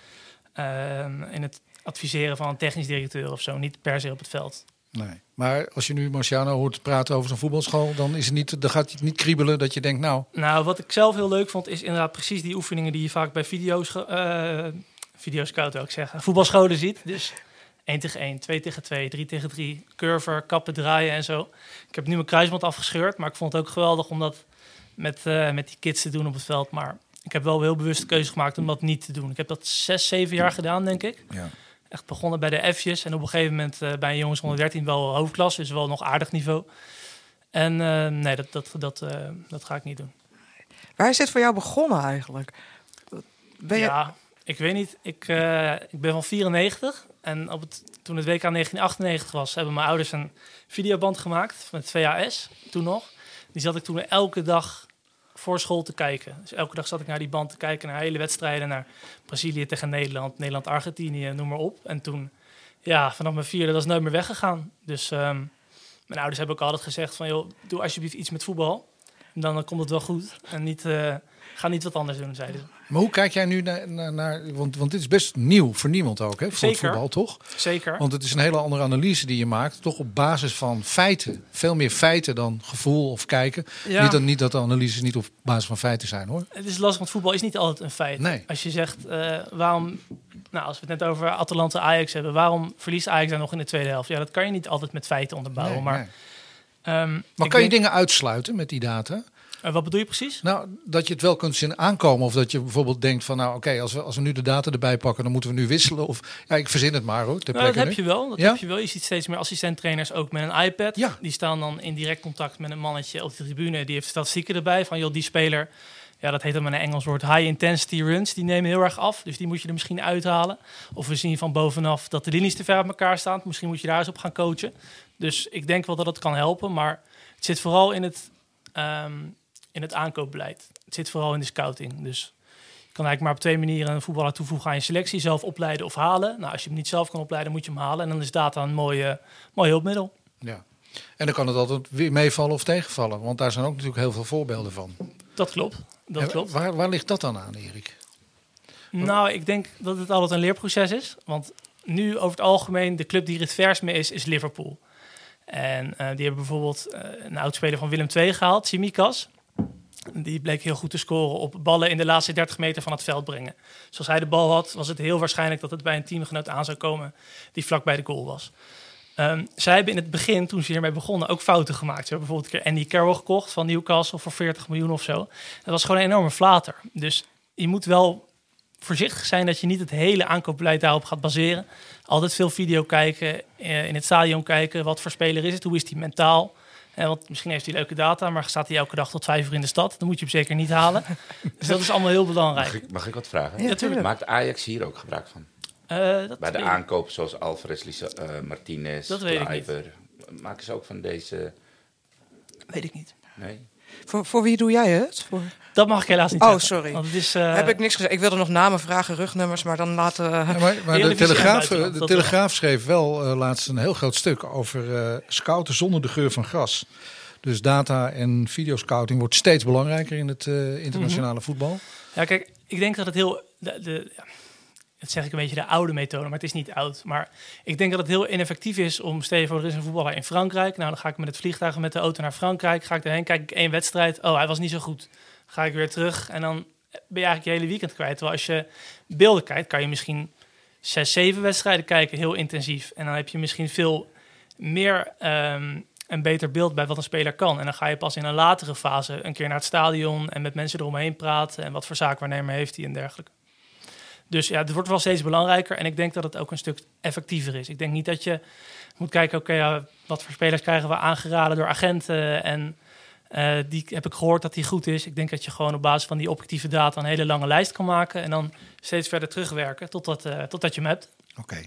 uh, in het adviseren van een technisch directeur of zo. Niet per se op het veld. Nee, maar als je nu Marciano hoort praten over zo'n voetbalschool, dan is het niet, dan gaat het niet kriebelen dat je denkt, nou... Nou, wat ik zelf heel leuk vond, is inderdaad precies die oefeningen die je vaak bij video's, uh, videoscout wil ik zeggen, voetbalscholen ziet. Dus één tegen één, twee tegen twee, drie tegen drie, curver, kappen, draaien en zo. Ik heb nu mijn kruisband afgescheurd, maar ik vond het ook geweldig om dat met, uh, met die kids te doen op het veld. Maar ik heb wel heel bewust de keuze gemaakt om dat niet te doen. Ik heb dat zes, zeven jaar gedaan, denk ik. Ja. Echt begonnen bij de F'jes en op een gegeven moment uh, bij een jongens onder dertien wel hoofdklasse, dus wel nog aardig niveau. En uh, nee, dat, dat, dat, uh, dat ga ik niet doen. Waar is dit voor jou begonnen eigenlijk? Ben je... Ja, ik weet niet. Ik, uh, ik ben van vierennegentig en op het, toen het W K negentien achtennegentig was, hebben mijn ouders een videoband gemaakt met V H S, toen nog. Die zat ik toen elke dag voor school te kijken. Dus elke dag zat ik naar die band te kijken, naar hele wedstrijden, naar Brazilië tegen Nederland, Nederland-Argentinië, noem maar op. En toen, ja, vanaf mijn vierde, dat is nooit meer weggegaan. Dus um, mijn ouders hebben ook altijd gezegd van, joh, doe alsjeblieft iets met voetbal. En dan, dan komt het wel goed. En niet, uh, ga niet wat anders doen, zeiden ze. Maar hoe kijk jij nu naar... naar, naar want, want dit is best nieuw voor niemand ook, hè? Voor Zeker. het voetbal, toch? Zeker. Want het is een hele andere analyse die je maakt. Toch op basis van feiten. Veel meer feiten dan gevoel of kijken. Ja. Niet, dat, niet dat de analyses niet op basis van feiten zijn, hoor. Het is lastig, want voetbal is niet altijd een feit. Nee. Als je zegt, uh, waarom... Nou, als we het net over Atalanta Ajax hebben, waarom verliest Ajax dan nog in de tweede helft? Ja, dat kan je niet altijd met feiten onderbouwen. Nee, maar nee. Um, maar kan denk, je dingen uitsluiten met die data? Uh, wat bedoel je precies? Nou, dat je het wel kunt zien aankomen. Of dat je bijvoorbeeld denkt van, nou oké, okay, als, we, als we nu de data erbij pakken, dan moeten we nu wisselen. Of ja, ik verzin het maar hoor. Nou, dat heb nu. je wel. Dat ja? heb je wel. Je ziet steeds meer assistenttrainers ook met een iPad. Ja. Die staan dan in direct contact met een mannetje op de tribune. Die heeft statistieken erbij van, joh, die speler, ja, dat heet dan met een Engels woord, high intensity runs. Die nemen heel erg af. Dus die moet je er misschien uithalen. Of we zien van bovenaf dat de linies te ver uit elkaar staan. Misschien moet je daar eens op gaan coachen. Dus ik denk wel dat het kan helpen. Maar het zit vooral in het... Um, in het aankoopbeleid. Het zit vooral in de scouting. Dus je kan eigenlijk maar op twee manieren een voetballer toevoegen aan je selectie. Zelf opleiden of halen. Nou, als je hem niet zelf kan opleiden, moet je hem halen. En dan is data een mooie, mooi hulpmiddel. Ja. En dan kan het altijd weer meevallen of tegenvallen. Want daar zijn ook natuurlijk heel veel voorbeelden van. Dat klopt. Dat en klopt. Waar, waar ligt dat dan aan, Erik? Nou, ik denk dat het altijd een leerproces is. Want nu over het algemeen, de club die er het verst mee is, is Liverpool. En uh, die hebben bijvoorbeeld uh, een oudspeler van Willem twee gehaald, Tsimikas. Die bleek heel goed te scoren op ballen in de laatste dertig meter van het veld brengen. Zoals hij de bal had, was het heel waarschijnlijk dat het bij een teamgenoot aan zou komen die vlak bij de goal was. Um, zij hebben in het begin, toen ze hiermee begonnen, ook fouten gemaakt. Ze hebben bijvoorbeeld een keer Andy Carroll gekocht van Newcastle voor veertig miljoen of zo. Dat was gewoon een enorme flater. Dus je moet wel voorzichtig zijn dat je niet het hele aankoopbeleid daarop gaat baseren. Altijd veel video kijken, in het stadion kijken. Wat voor speler is het? Hoe is hij mentaal? En want misschien heeft hij leuke data, maar staat hij elke dag tot vijf uur in de stad. Dan moet je hem zeker niet halen. Dus dat is allemaal heel belangrijk. Mag ik, mag ik wat vragen? Ja, natuurlijk. Maakt Ajax hier ook gebruik van? Uh, dat Bij de aankoop zoals Alvarez, Lisa, uh, Martinez, dat weet Kluivert. ik niet. Maken ze ook van deze... Weet ik niet. Nee? Voor, voor wie doe jij het? Voor... Dat mag ik helaas niet Oh, zeggen. sorry. Want het is, uh... Heb ik niks gezegd. Ik wilde nog namen vragen, rugnummers, maar dan laten... Uh... Ja, maar maar de, Telegraaf, de Telegraaf schreef wel uh, laatst een heel groot stuk over uh, scouten zonder de geur van gras. Dus data en videoscouting wordt steeds belangrijker in het uh, internationale mm-hmm. voetbal. Ja, kijk, ik denk dat het heel... De, de, ja, dat zeg ik een beetje de oude methode, maar het is niet oud. Maar ik denk dat het heel ineffectief is om... Stel je voor, er is een voetballer in Frankrijk. Nou, dan ga ik met het vliegtuig met de auto naar Frankrijk. Ga ik erheen, kijk ik één wedstrijd. Oh, hij was niet zo goed. Ga ik weer terug en dan ben je eigenlijk je hele weekend kwijt. Terwijl als je beelden kijkt, kan je misschien zes, zeven wedstrijden kijken, heel intensief. En dan heb je misschien veel meer... Um, een beter beeld bij wat een speler kan. En dan ga je pas in een latere fase een keer naar het stadion en met mensen eromheen praten en wat voor zaakwaarnemer heeft hij en dergelijke. Dus ja, het wordt wel steeds belangrijker en ik denk dat het ook een stuk effectiever is. Ik denk niet dat je moet kijken, oké, okay, ja, wat voor spelers krijgen we aangeraden door agenten en uh, die heb ik gehoord dat die goed is. Ik denk dat je gewoon op basis van die objectieve data een hele lange lijst kan maken en dan steeds verder terugwerken totdat, uh, totdat je hem hebt. Oké. Okay.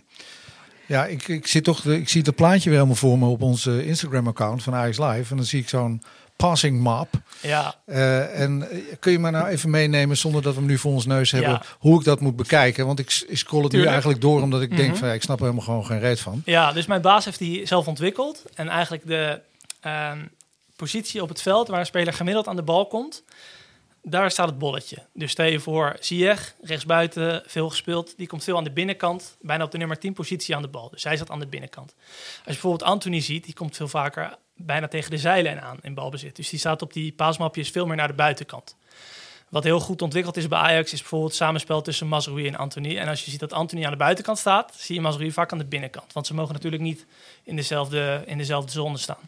Ja, ik, ik, zie toch de, ik zie het plaatje weer helemaal voor me op ons uh, Instagram-account van Ajax Live. En dan zie ik zo'n passing map. Ja. Uh, en kun je me nou even meenemen, zonder dat we hem nu voor ons neus hebben, ja. hoe ik dat moet bekijken? Want ik, ik scroll het Tuurlijk. nu eigenlijk door, omdat ik mm-hmm. denk van ja, ik snap er helemaal gewoon geen reet van. Ja, dus mijn baas heeft die zelf ontwikkeld. En eigenlijk de uh, positie op het veld waar een speler gemiddeld aan de bal komt, daar staat het bolletje. Dus stel je voor, Ziyech, rechtsbuiten, veel gespeeld. Die komt veel aan de binnenkant, bijna op de nummer tien positie aan de bal. Dus hij zat aan de binnenkant. Als je bijvoorbeeld Anthony ziet, die komt veel vaker bijna tegen de zijlijn aan in balbezit. Dus die staat op die paasmapjes veel meer naar de buitenkant. Wat heel goed ontwikkeld is bij Ajax is bijvoorbeeld het samenspel tussen Mazraoui en Anthony. En als je ziet dat Anthony aan de buitenkant staat, zie je Mazraoui vaak aan de binnenkant. Want ze mogen natuurlijk niet in dezelfde, in dezelfde zone staan.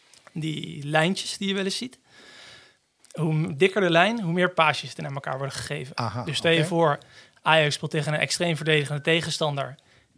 Die lijntjes die je wel eens ziet. Hoe dikker de lijn, hoe meer paasjes er naar elkaar worden gegeven. Aha, dus stel je okay. voor, Ajax speelt tegen een extreem verdedigende tegenstander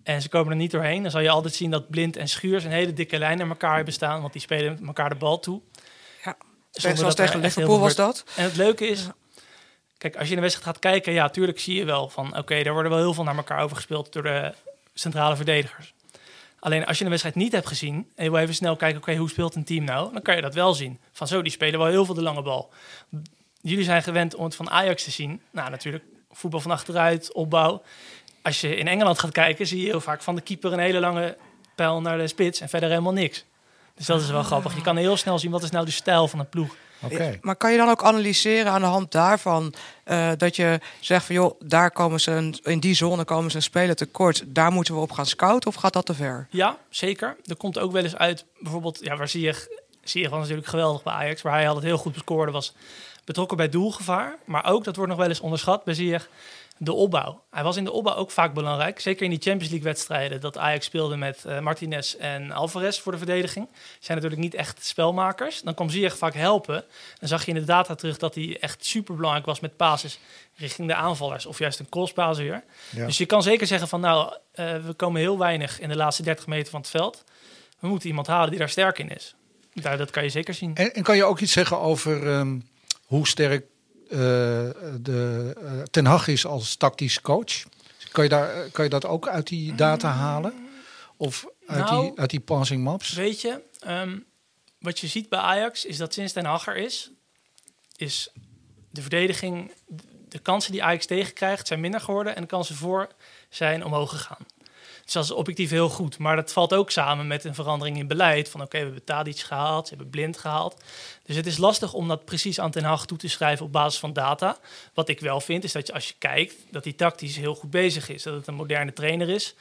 en ze komen er niet doorheen, dan zal je altijd zien dat Blind en Schuurs een hele dikke lijn naar elkaar hebben staan, want die spelen elkaar de bal toe. Ja, Zonder zoals dat tegen er echt Liverpool heel was veel dat. gebeurt. En het leuke is, kijk, als je in de wedstrijd gaat kijken, ja, tuurlijk zie je wel van, oké, okay, daar worden wel heel veel naar elkaar overgespeeld door de centrale verdedigers. Alleen als je een wedstrijd niet hebt gezien en je wil even snel kijken, oké, okay, hoe speelt een team nou? Dan kan je dat wel zien. Van zo, die spelen wel heel veel de lange bal. Jullie zijn gewend om het van Ajax te zien. Nou, natuurlijk voetbal van achteruit, opbouw. Als je in Engeland gaat kijken, zie je heel vaak van de keeper een hele lange pijl naar de spits en verder helemaal niks. Dus dat is wel grappig. Je kan heel snel zien wat is nou de stijl van een ploeg. Okay. Maar kan je dan ook analyseren aan de hand daarvan uh, dat je zegt van joh, daar komen ze een, in die zone komen ze een speler tekort, daar moeten we op gaan scouten, of gaat dat te ver? Ja, zeker. Er komt ook wel eens uit, bijvoorbeeld, ja, waar zie je, zie je was natuurlijk geweldig bij Ajax, waar hij altijd heel goed bescoorde, was betrokken bij doelgevaar, maar ook, dat wordt nog wel eens onderschat, bij Ziyech, de opbouw. Hij was in de opbouw ook vaak belangrijk. Zeker in die Champions League wedstrijden dat Ajax speelde met uh, Martinez en Alvarez voor de verdediging. Zijn natuurlijk niet echt spelmakers. Dan kwam Ziyech vaak helpen. Dan zag je in de data terug dat hij echt super belangrijk was met passes richting de aanvallers. Of juist een crosspaas weer. Ja. Dus je kan zeker zeggen van nou, uh, we komen heel weinig in de laatste dertig meter van het veld. We moeten iemand halen die daar sterk in is. Daar, dat kan je zeker zien. En, en kan je ook iets zeggen over um, hoe sterk Uh, de, uh, Ten Hag is als tactisch coach? Kan je, daar, kan je dat ook uit die data halen? Of uit, nou, die, uit die passing maps? Weet je, um, wat je ziet bij Ajax is dat sinds Ten Hag er is, is de verdediging, de kansen die Ajax tegenkrijgt zijn minder geworden en de kansen voor zijn omhoog gegaan. Dus dat is objectief heel goed. Maar dat valt ook samen met een verandering in beleid. Van oké, okay, we hebben Tadic gehaald, ze hebben Blind gehaald. Dus het is lastig om dat precies aan Ten Hag toe te schrijven op basis van data. Wat ik wel vind, is dat je als je kijkt, dat hij tactisch heel goed bezig is. Dat het een moderne trainer is.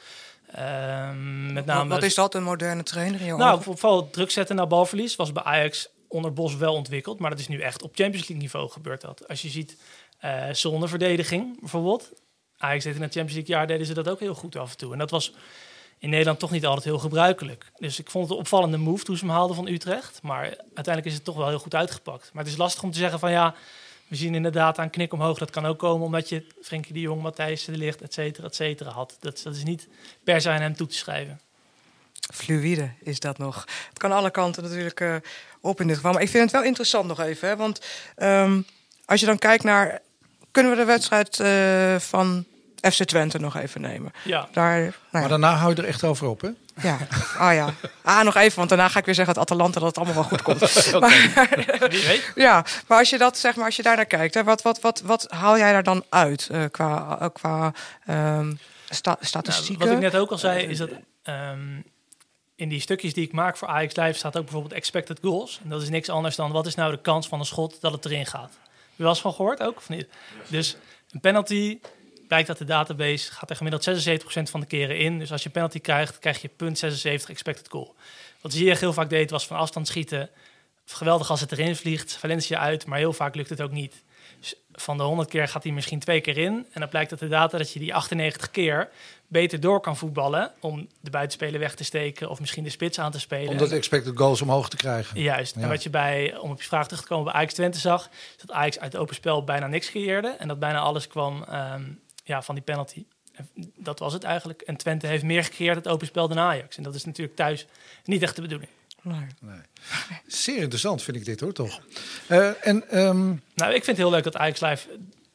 Um, met name, wat is dat, een moderne trainer in jouw Nou, ogen? vooral druk zetten naar balverlies was bij Ajax onder Bos wel ontwikkeld. Maar dat is nu echt op Champions League niveau gebeurd. Dat. Als je ziet uh, zonder verdediging bijvoorbeeld. Ajax deed in het Champions League jaar deden ze dat ook heel goed af en toe. En dat was in Nederland toch niet altijd heel gebruikelijk. Dus ik vond het een opvallende move toen ze hem haalden van Utrecht. Maar uiteindelijk is het toch wel heel goed uitgepakt. Maar het is lastig om te zeggen van ja, we zien inderdaad een knik omhoog. Dat kan ook komen omdat je Frenkie de Jong, Matthijs de Ligt, et cetera, et cetera had. Dat, dat is niet per se aan hem toe te schrijven. Fluïde is dat nog. Het kan alle kanten natuurlijk uh, op in dit geval. Maar ik vind het wel interessant nog even. Hè? Want um, als je dan kijkt naar, kunnen we de wedstrijd uh, van F C Twente nog even nemen. Ja. Daar, nou ja. Maar daarna hou je er echt over op, hè? Ja, ah ja. Ah, nog even, want daarna ga ik weer zeggen dat Atalanta dat het allemaal wel goed komt. Okay. Maar, wie weet. Ja, maar als je dat zeg maar, als je daar naar kijkt, hè, wat, wat, wat, wat haal jij daar dan uit uh, qua, uh, qua um, sta, statistieken? Nou, wat ik net ook al zei, is dat um, in die stukjes die ik maak voor Ajax Live staat ook bijvoorbeeld expected goals. En dat is niks anders dan wat is nou de kans van een schot dat het erin gaat. Heb je wel eens van gehoord ook, of niet? Dus een penalty, blijkt dat de database gaat er gemiddeld zesenzeventig procent van de keren in. Dus als je een penalty krijgt, krijg je punt zesenzeventig expected goal. Wat Ziyech heel vaak deed, was van afstand schieten. Geweldig als het erin vliegt, Valencia uit, maar heel vaak lukt het ook niet. Dus van de honderd keer gaat hij misschien twee keer in. En dan blijkt uit de data dat je die achtennegentig keer beter door kan voetballen om de buitenspeler weg te steken of misschien de spits aan te spelen. Om dat expected goals omhoog te krijgen. Juist. Ja. En wat je bij, om op je vraag terug te komen, bij Ajax Twente zag, is dat Ajax uit het open spel bijna niks creëerde. En dat bijna alles kwam um, ja, van die penalty. En dat was het eigenlijk. En Twente heeft meer gecreëerd het open spel dan Ajax. En dat is natuurlijk thuis niet echt de bedoeling. Nee. Nee. Zeer interessant vind ik dit hoor, toch? Uh, en, um... Nou, ik vind het heel leuk dat Ajax Live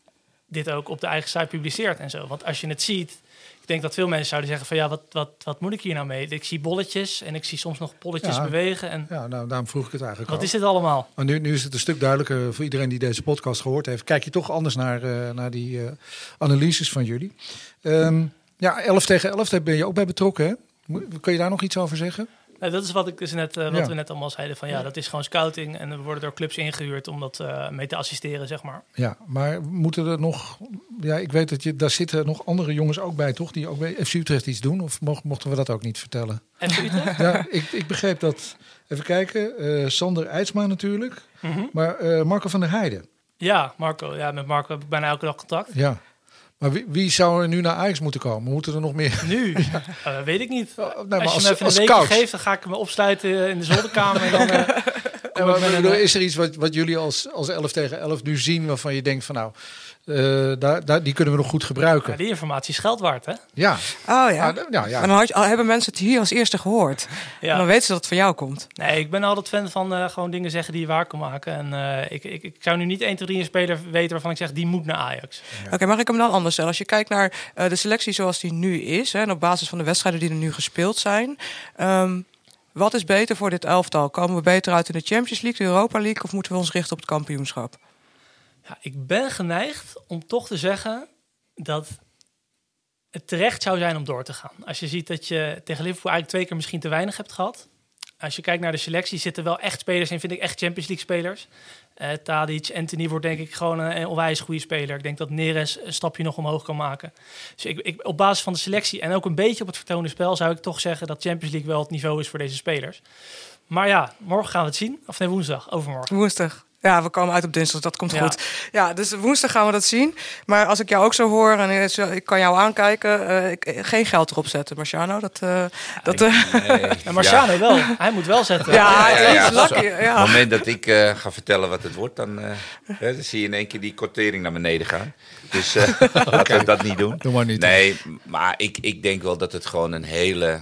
dit ook op de eigen site publiceert en zo. Want als je het ziet, ik denk dat veel mensen zouden zeggen van ja, wat, wat, wat moet ik hier nou mee? Ik zie bolletjes en ik zie soms nog bolletjes ja, bewegen. En ja, nou, daarom vroeg ik het eigenlijk Wat al. is dit allemaal? Maar nu, nu is het een stuk duidelijker voor iedereen die deze podcast gehoord heeft. Kijk je toch anders naar, uh, naar die uh, analyses van jullie. Um, ja, elf tegen elf, daar ben je ook bij betrokken, hè? Kun je daar nog iets over zeggen? Nou, dat is wat, ik dus net, uh, wat ja. we net allemaal zeiden. Van, ja, dat is gewoon scouting. En we worden door clubs ingehuurd om dat uh, mee te assisteren, zeg maar. Ja, maar moeten er nog... Ja, ik weet dat je daar zitten nog andere jongens ook bij, toch? Die ook bij F C Utrecht iets doen? Of mochten we dat ook niet vertellen? F C Utrecht? Ja, ik, ik begreep dat... Even kijken. Uh, Sander Eidsma natuurlijk. Mm-hmm. Maar uh, Marco van der Heijden. Ja, Marco. Ja, met Marco heb ik bijna elke dag contact. Ja. Maar wie, wie zou er nu naar Ajax moeten komen? Moeten er nog meer? Nu? Ja. Uh, weet ik niet. Oh, nee, als je als, me even als een week scout. geeft, dan ga ik me opsluiten in de zolderkamer. En dan uh, kom ook met bedoel, een, is er iets wat, wat jullie als, als elf tegen elf nu zien waarvan je denkt van nou, uh, daar, daar, die kunnen we nog goed gebruiken? Ja, die informatie is geld waard, hè? Ja. Oh ja. Ah, d- ja, ja. Maar dan had je, al hebben mensen het hier als eerste gehoord. Ja. En dan weten ze dat het van jou komt. Nee, ik ben altijd fan van uh, gewoon dingen zeggen die je waar kan maken. En uh, ik, ik, ik zou nu niet één, twee, drie een speler weten waarvan ik zeg, die moet naar Ajax. Ja. Oké, okay, mag ik hem dan anders stellen? Als je kijkt naar uh, de selectie zoals die nu is, hè, en op basis van de wedstrijden die er nu gespeeld zijn, um, wat is beter voor dit elftal? Komen we beter uit in de Champions League, de Europa League, of moeten we ons richten op het kampioenschap? Ja, ik ben geneigd om toch te zeggen dat het terecht zou zijn om door te gaan. Als je ziet dat je tegen Liverpool eigenlijk twee keer misschien te weinig hebt gehad. Als je kijkt naar de selectie, zitten wel echt spelers in, vind ik echt Champions League spelers. Uh, Tadic, Anthony wordt denk ik gewoon een, een onwijs goede speler. Ik denk dat Neres een stapje nog omhoog kan maken. Dus ik, ik, op basis van de selectie en ook een beetje op het vertoonde spel zou ik toch zeggen dat Champions League wel het niveau is voor deze spelers. Maar ja, morgen gaan we het zien. Of nee, woensdag, overmorgen. Woensdag. Ja, we komen uit op dinsdag, dat komt ja. goed. Ja, dus woensdag gaan we dat zien. Maar als ik jou ook zo hoor en ik kan jou aankijken, uh, ik, geen geld erop zetten, Marciano. Dat, uh, ja, dat, uh... nee. ja, Marciano ja. wel. Hij moet wel zetten. Ja, ja, ja, ja, ja. lucky, ja. Op het moment dat ik uh, ga vertellen wat het wordt, dan, uh, hè, dan zie je in één keer die quotering naar beneden gaan. Dus uh, laten okay. we dat niet doen. Doe maar niet. Nee, maar ik, ik denk wel dat het gewoon een hele...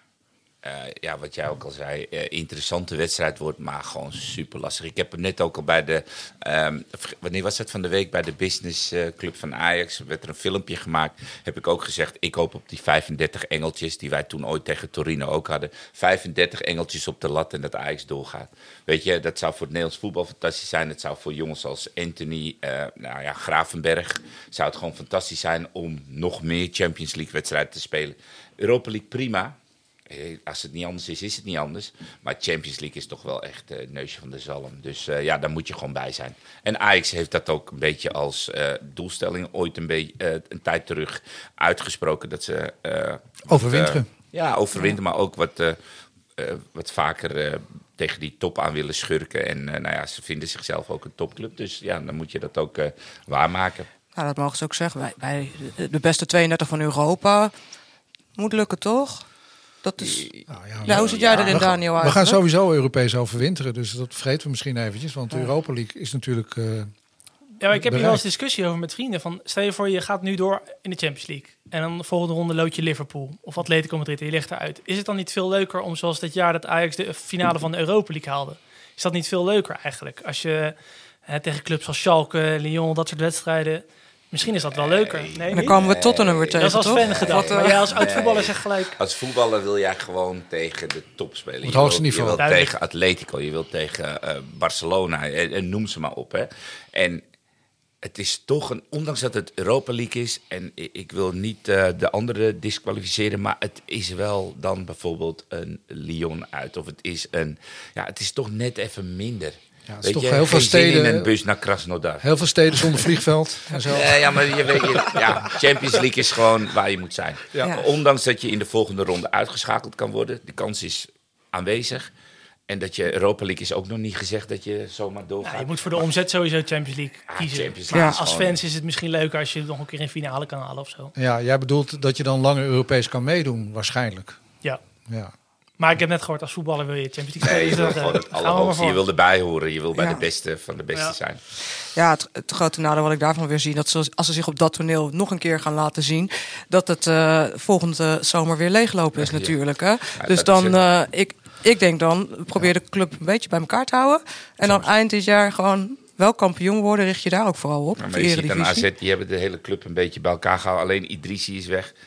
Uh, ja, wat jij ook al zei, uh, interessante wedstrijd wordt, maar gewoon super lastig. Ik heb hem net ook al bij de, um, wanneer was het van de week, bij de Business uh, Club van Ajax, werd er een filmpje gemaakt, heb ik ook gezegd, ik hoop op die vijfendertig engeltjes, die wij toen ooit tegen Torino ook hadden. vijfendertig engeltjes op de lat en dat Ajax doorgaat. Weet je, dat zou voor het Nederlands voetbal fantastisch zijn. Het zou voor jongens als Anthony, uh, nou ja, Gravenberg, zou het gewoon fantastisch zijn om nog meer Champions League wedstrijden te spelen. Europa League prima. Als het niet anders is, is het niet anders. Maar Champions League is toch wel echt het uh, neusje van de zalm. Dus uh, ja, daar moet je gewoon bij zijn. En Ajax heeft dat ook een beetje als uh, doelstelling ooit een, beetje, uh, een tijd terug uitgesproken. Dat ze... Uh, overwinteren. Uh, ja, overwinteren, maar ook wat, uh, uh, wat vaker uh, tegen die top aan willen schurken. En uh, nou ja, ze vinden zichzelf ook een topclub. Dus ja, dan moet je dat ook uh, waarmaken. Nou, dat mogen ze ook zeggen. Wij, wij, de beste tweeëndertig van Europa moet lukken, toch? Dat is... Nou, ja, nou, hoe zit jij ja, erin, we Daniel? Gaan, we gaan sowieso Europees overwinteren, dus dat vergeten we misschien eventjes. Want de Europa League is natuurlijk... Uh, ja, ik heb hier wel eens discussie over met vrienden. Van, stel je voor, je gaat nu door in de Champions League. En dan de volgende ronde lood je Liverpool of Atletico Madrid en je ligt eruit. Is het dan niet veel leuker om, zoals dit jaar dat Ajax de finale van de Europa League haalde? Is dat niet veel leuker eigenlijk? Als je hè, tegen clubs als Schalke, Lyon, dat soort wedstrijden... Misschien is dat wel leuker. Nee, en dan komen we Tottenham weer tegen, dat is als fan gedacht. Maar jij als oud-voetballer nee. zegt gelijk... Als voetballer wil jij gewoon tegen de top spelen. Het hoogste niveau. Je wilt tegen Atletico, je wilt tegen uh, Barcelona, en, en noem ze maar op. Hè. En het is toch een... Ondanks dat het Europa League is... en ik wil niet uh, de anderen disqualificeren... maar het is wel dan bijvoorbeeld een Lyon uit. Of het is een... Ja, het is toch net even minder... Ja, het is weet toch je, heel veel steden in een bus naar Krasnodar. Heel veel steden zonder vliegveld en zo. Nee, ja, maar je weet, je, ja, Champions League is gewoon waar je moet zijn. Ja. Ja. Ondanks dat je in de volgende ronde uitgeschakeld kan worden, de kans is aanwezig. En dat je Europa League is ook nog niet gezegd dat je zomaar doorgaat. Ja, je moet voor de omzet sowieso Champions League ja, kiezen. Champions League maar als gewoon... fans is het misschien leuker als je nog een keer een finale kan halen of zo. Ja, jij bedoelt dat je dan langer Europees kan meedoen, waarschijnlijk. Ja. Ja. Maar ik heb net gehoord, als voetballer wil je Champions League nee, spelen. je wil gewoon het allerhoogste. Je wil erbij horen. Je wil bij ja. de beste van de beste ja. zijn. Ja, het, het grote nadeel wat ik daarvan weer zie... dat ze, als ze zich op dat toneel nog een keer gaan laten zien... dat het uh, volgende zomer weer leeglopen is ja. natuurlijk. Hè? Ja, dus dan, uh, ik, ik denk dan, probeer de club een beetje bij elkaar te houden. En dan eind dit jaar gewoon... wel kampioen worden, richt je daar ook vooral op. Ja, maar je ziet aan A Z, die hebben de hele club een beetje bij elkaar gehouden. Alleen Idrissi is weg.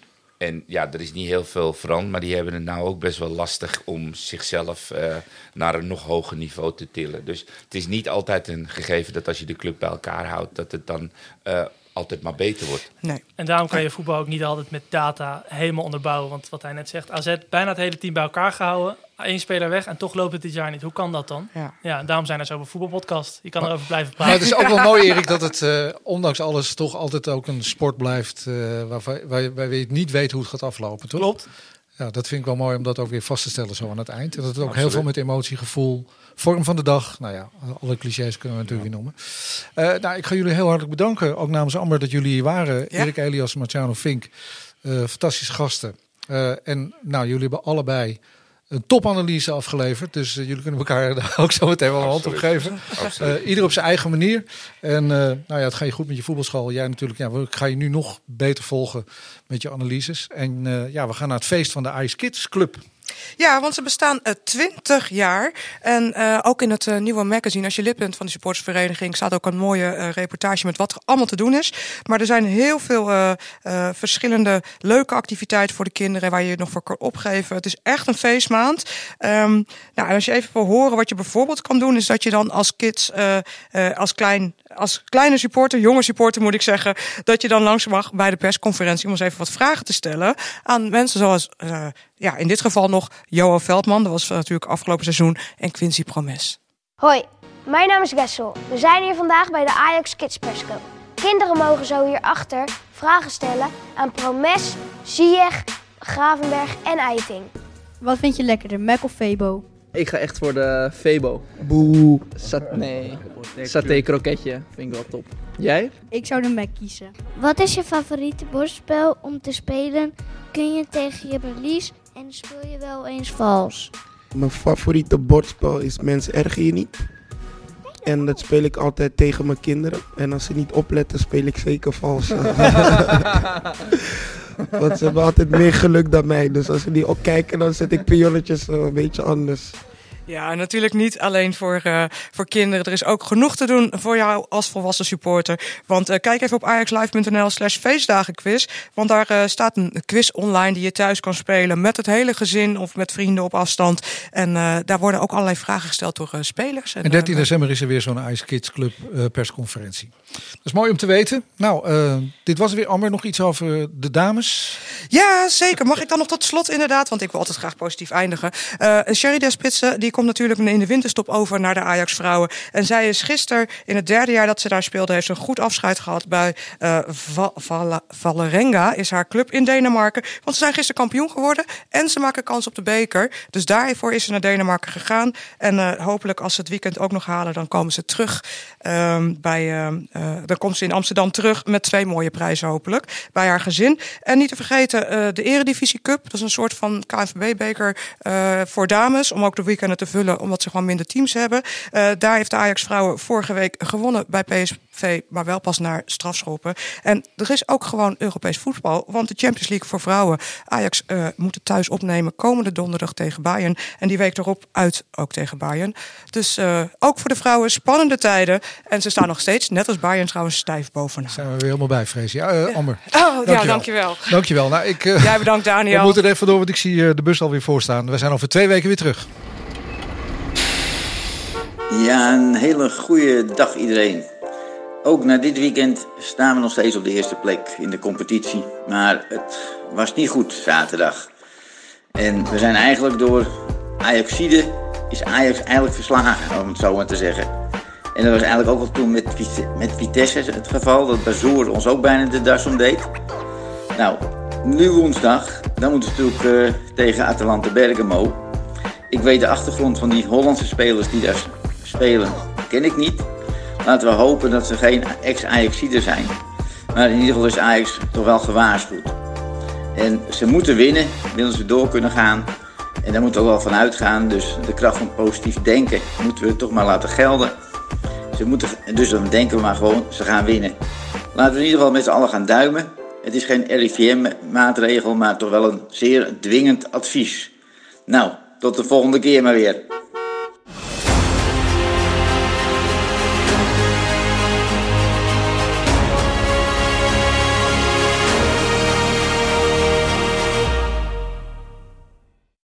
En ja, er is niet heel veel veranderd, maar die hebben het nou ook best wel lastig om zichzelf uh, naar een nog hoger niveau te tillen. Dus het is niet altijd een gegeven dat als je de club bij elkaar houdt, dat het dan uh, altijd maar beter wordt. Nee. En daarom kan je voetbal ook niet altijd met data helemaal onderbouwen. Want wat hij net zegt, A Z bijna het hele team bij elkaar gehouden. Eén speler weg en toch loopt het dit jaar niet. Hoe kan dat dan? Ja, ja en daarom zijn er zoveel voetbalpodcasts. Je kan maar, erover blijven praten. Maar het is ook wel mooi, Erik, dat het uh, ondanks alles toch altijd ook een sport blijft... Uh, waar, waar, waar je niet weet hoe het gaat aflopen, toch? Klopt. Ja, dat vind ik wel mooi om dat ook weer vast te stellen zo aan het eind. En dat het ook Absoluut. heel veel met emotie, gevoel, vorm van de dag... Nou ja, alle clichés kunnen we natuurlijk ja. weer noemen. Uh, nou, ik ga jullie heel hartelijk bedanken. Ook namens Amber dat jullie hier waren. Ja. Erik Elias, Marciano Fink. Uh, fantastische gasten. Uh, en nou, jullie hebben allebei... een topanalyse afgeleverd. Dus uh, jullie kunnen elkaar daar ook zo meteen wel een hand op geven. Uh, ieder op zijn eigen manier. En uh, nou ja, het gaat je goed met je voetbalschool. Jij natuurlijk, ja, ik ga je nu nog beter volgen met je analyses. En uh, ja, we gaan naar het feest van de Ajax Kids Club. Ja, want ze bestaan twintig uh, jaar. En uh, ook in het uh, nieuwe magazine, als je lid bent van de supportersvereniging, staat ook een mooie uh, reportage met wat er allemaal te doen is. Maar er zijn heel veel uh, uh, verschillende leuke activiteiten voor de kinderen waar je je nog voor kan opgeven. Het is echt een feestmaand. Um, nou, en als je even wil horen wat je bijvoorbeeld kan doen, is dat je dan als kids, uh, uh, als klein, als kleine supporter, jonge supporter moet ik zeggen, dat je dan langs mag bij de persconferentie om eens even wat vragen te stellen aan mensen zoals, uh, ja, in dit geval nog Johan Veldman, dat was natuurlijk afgelopen seizoen, en Quincy Promes. Hoi, mijn naam is Gessel. We zijn hier vandaag bij de Ajax Kids Persco. Kinderen mogen zo hierachter vragen stellen aan Promes, Ziyech, Gravenberg en Eiting. Wat vind je lekkerder, Mac of Febo? Ik ga echt voor de Febo. Boe. Sat nee, saté kroketje vind ik wel top. Jij? Ik zou de Mac kiezen. Wat is je favoriete bordspel om te spelen? Kun je tegen je release en speel je wel eens vals? Mijn favoriete bordspel is Mensen Erger Je Niet. En dat speel ik altijd tegen mijn kinderen. En als ze niet opletten, speel ik zeker vals. Want ze hebben altijd meer geluk dan mij. Dus als ze niet opkijken, dan zet ik pionnetjes een beetje anders. Ja, natuurlijk niet alleen voor, uh, voor kinderen. Er is ook genoeg te doen voor jou als volwassen supporter. Want uh, kijk even op ajaxlive.nl slash feestdagenquiz. Want daar uh, staat een quiz online die je thuis kan spelen met het hele gezin of met vrienden op afstand. En uh, daar worden ook allerlei vragen gesteld door uh, spelers. En, en dertien uh, december is er weer zo'n Ajax Kids Club uh, persconferentie. Dat is mooi om te weten. Nou, uh, dit was weer, Amber, nog iets over de dames? Ja, zeker. Mag ik dan nog tot slot inderdaad, want ik wil altijd graag positief eindigen. Uh, Sherry Despitsen, die komt natuurlijk in de winterstop over naar de Ajax vrouwen. En zij is gisteren, in het derde jaar dat ze daar speelde, heeft ze een goed afscheid gehad bij uh, Va- Va- Vålerenga, is haar club in Denemarken. Want ze zijn gisteren kampioen geworden en ze maken kans op de beker. Dus daarvoor is ze naar Denemarken gegaan. En uh, hopelijk als ze het weekend ook nog halen, dan komen ze terug um, bij... Uh, uh, dan komt ze in Amsterdam terug met twee mooie prijzen hopelijk bij haar gezin. En niet te vergeten uh, de Eredivisie Cup. Dat is een soort van K N V B-beker uh, voor dames, om ook de weekenden te vullen, omdat ze gewoon minder teams hebben. Uh, daar heeft de Ajax vrouwen vorige week gewonnen bij P S V, maar wel pas naar strafschoppen. En er is ook gewoon Europees voetbal, want de Champions League voor vrouwen, Ajax uh, moet het thuis opnemen komende donderdag tegen Bayern. En die week erop uit ook tegen Bayern. Dus uh, ook voor de vrouwen spannende tijden. En ze staan nog steeds, net als Bayern trouwens, stijf bovenaan. Zijn we weer helemaal bij, Vrees. Ja, uh, Amber. Oh, dankjewel. ja, dankjewel. Dankjewel. Nou, ik, uh, Jij bedankt, Daniel. We moeten er even door, want ik zie uh, de bus alweer voor staan. We zijn over twee weken weer terug. Ja, een hele goede dag iedereen. Ook na dit weekend staan we nog steeds op de eerste plek in de competitie. Maar het was niet goed zaterdag. En we zijn eigenlijk door Ajaxide, is Ajax eigenlijk verslagen, om het zo maar te zeggen. En dat was eigenlijk ook al toen met, met Vitesse het geval, dat Bazoer ons ook bijna de das omdeed. Nou, nu woensdag, dan moeten we natuurlijk uh, tegen Atalanta Bergamo. Ik weet de achtergrond van die Hollandse spelers die daar spelen, ken ik niet. Laten we hopen dat ze geen ex-Ajaxiden zijn. Maar in ieder geval is Ajax toch wel gewaarschuwd. En ze moeten winnen, willen ze door kunnen gaan. En daar moeten we ook wel van uitgaan. Dus de kracht van positief denken moeten we toch maar laten gelden. Ze moeten, dus dan denken we maar gewoon, ze gaan winnen. Laten we in ieder geval met z'n allen gaan duimen. Het is geen R I V M-maatregel, maar toch wel een zeer dwingend advies. Nou, tot de volgende keer maar weer.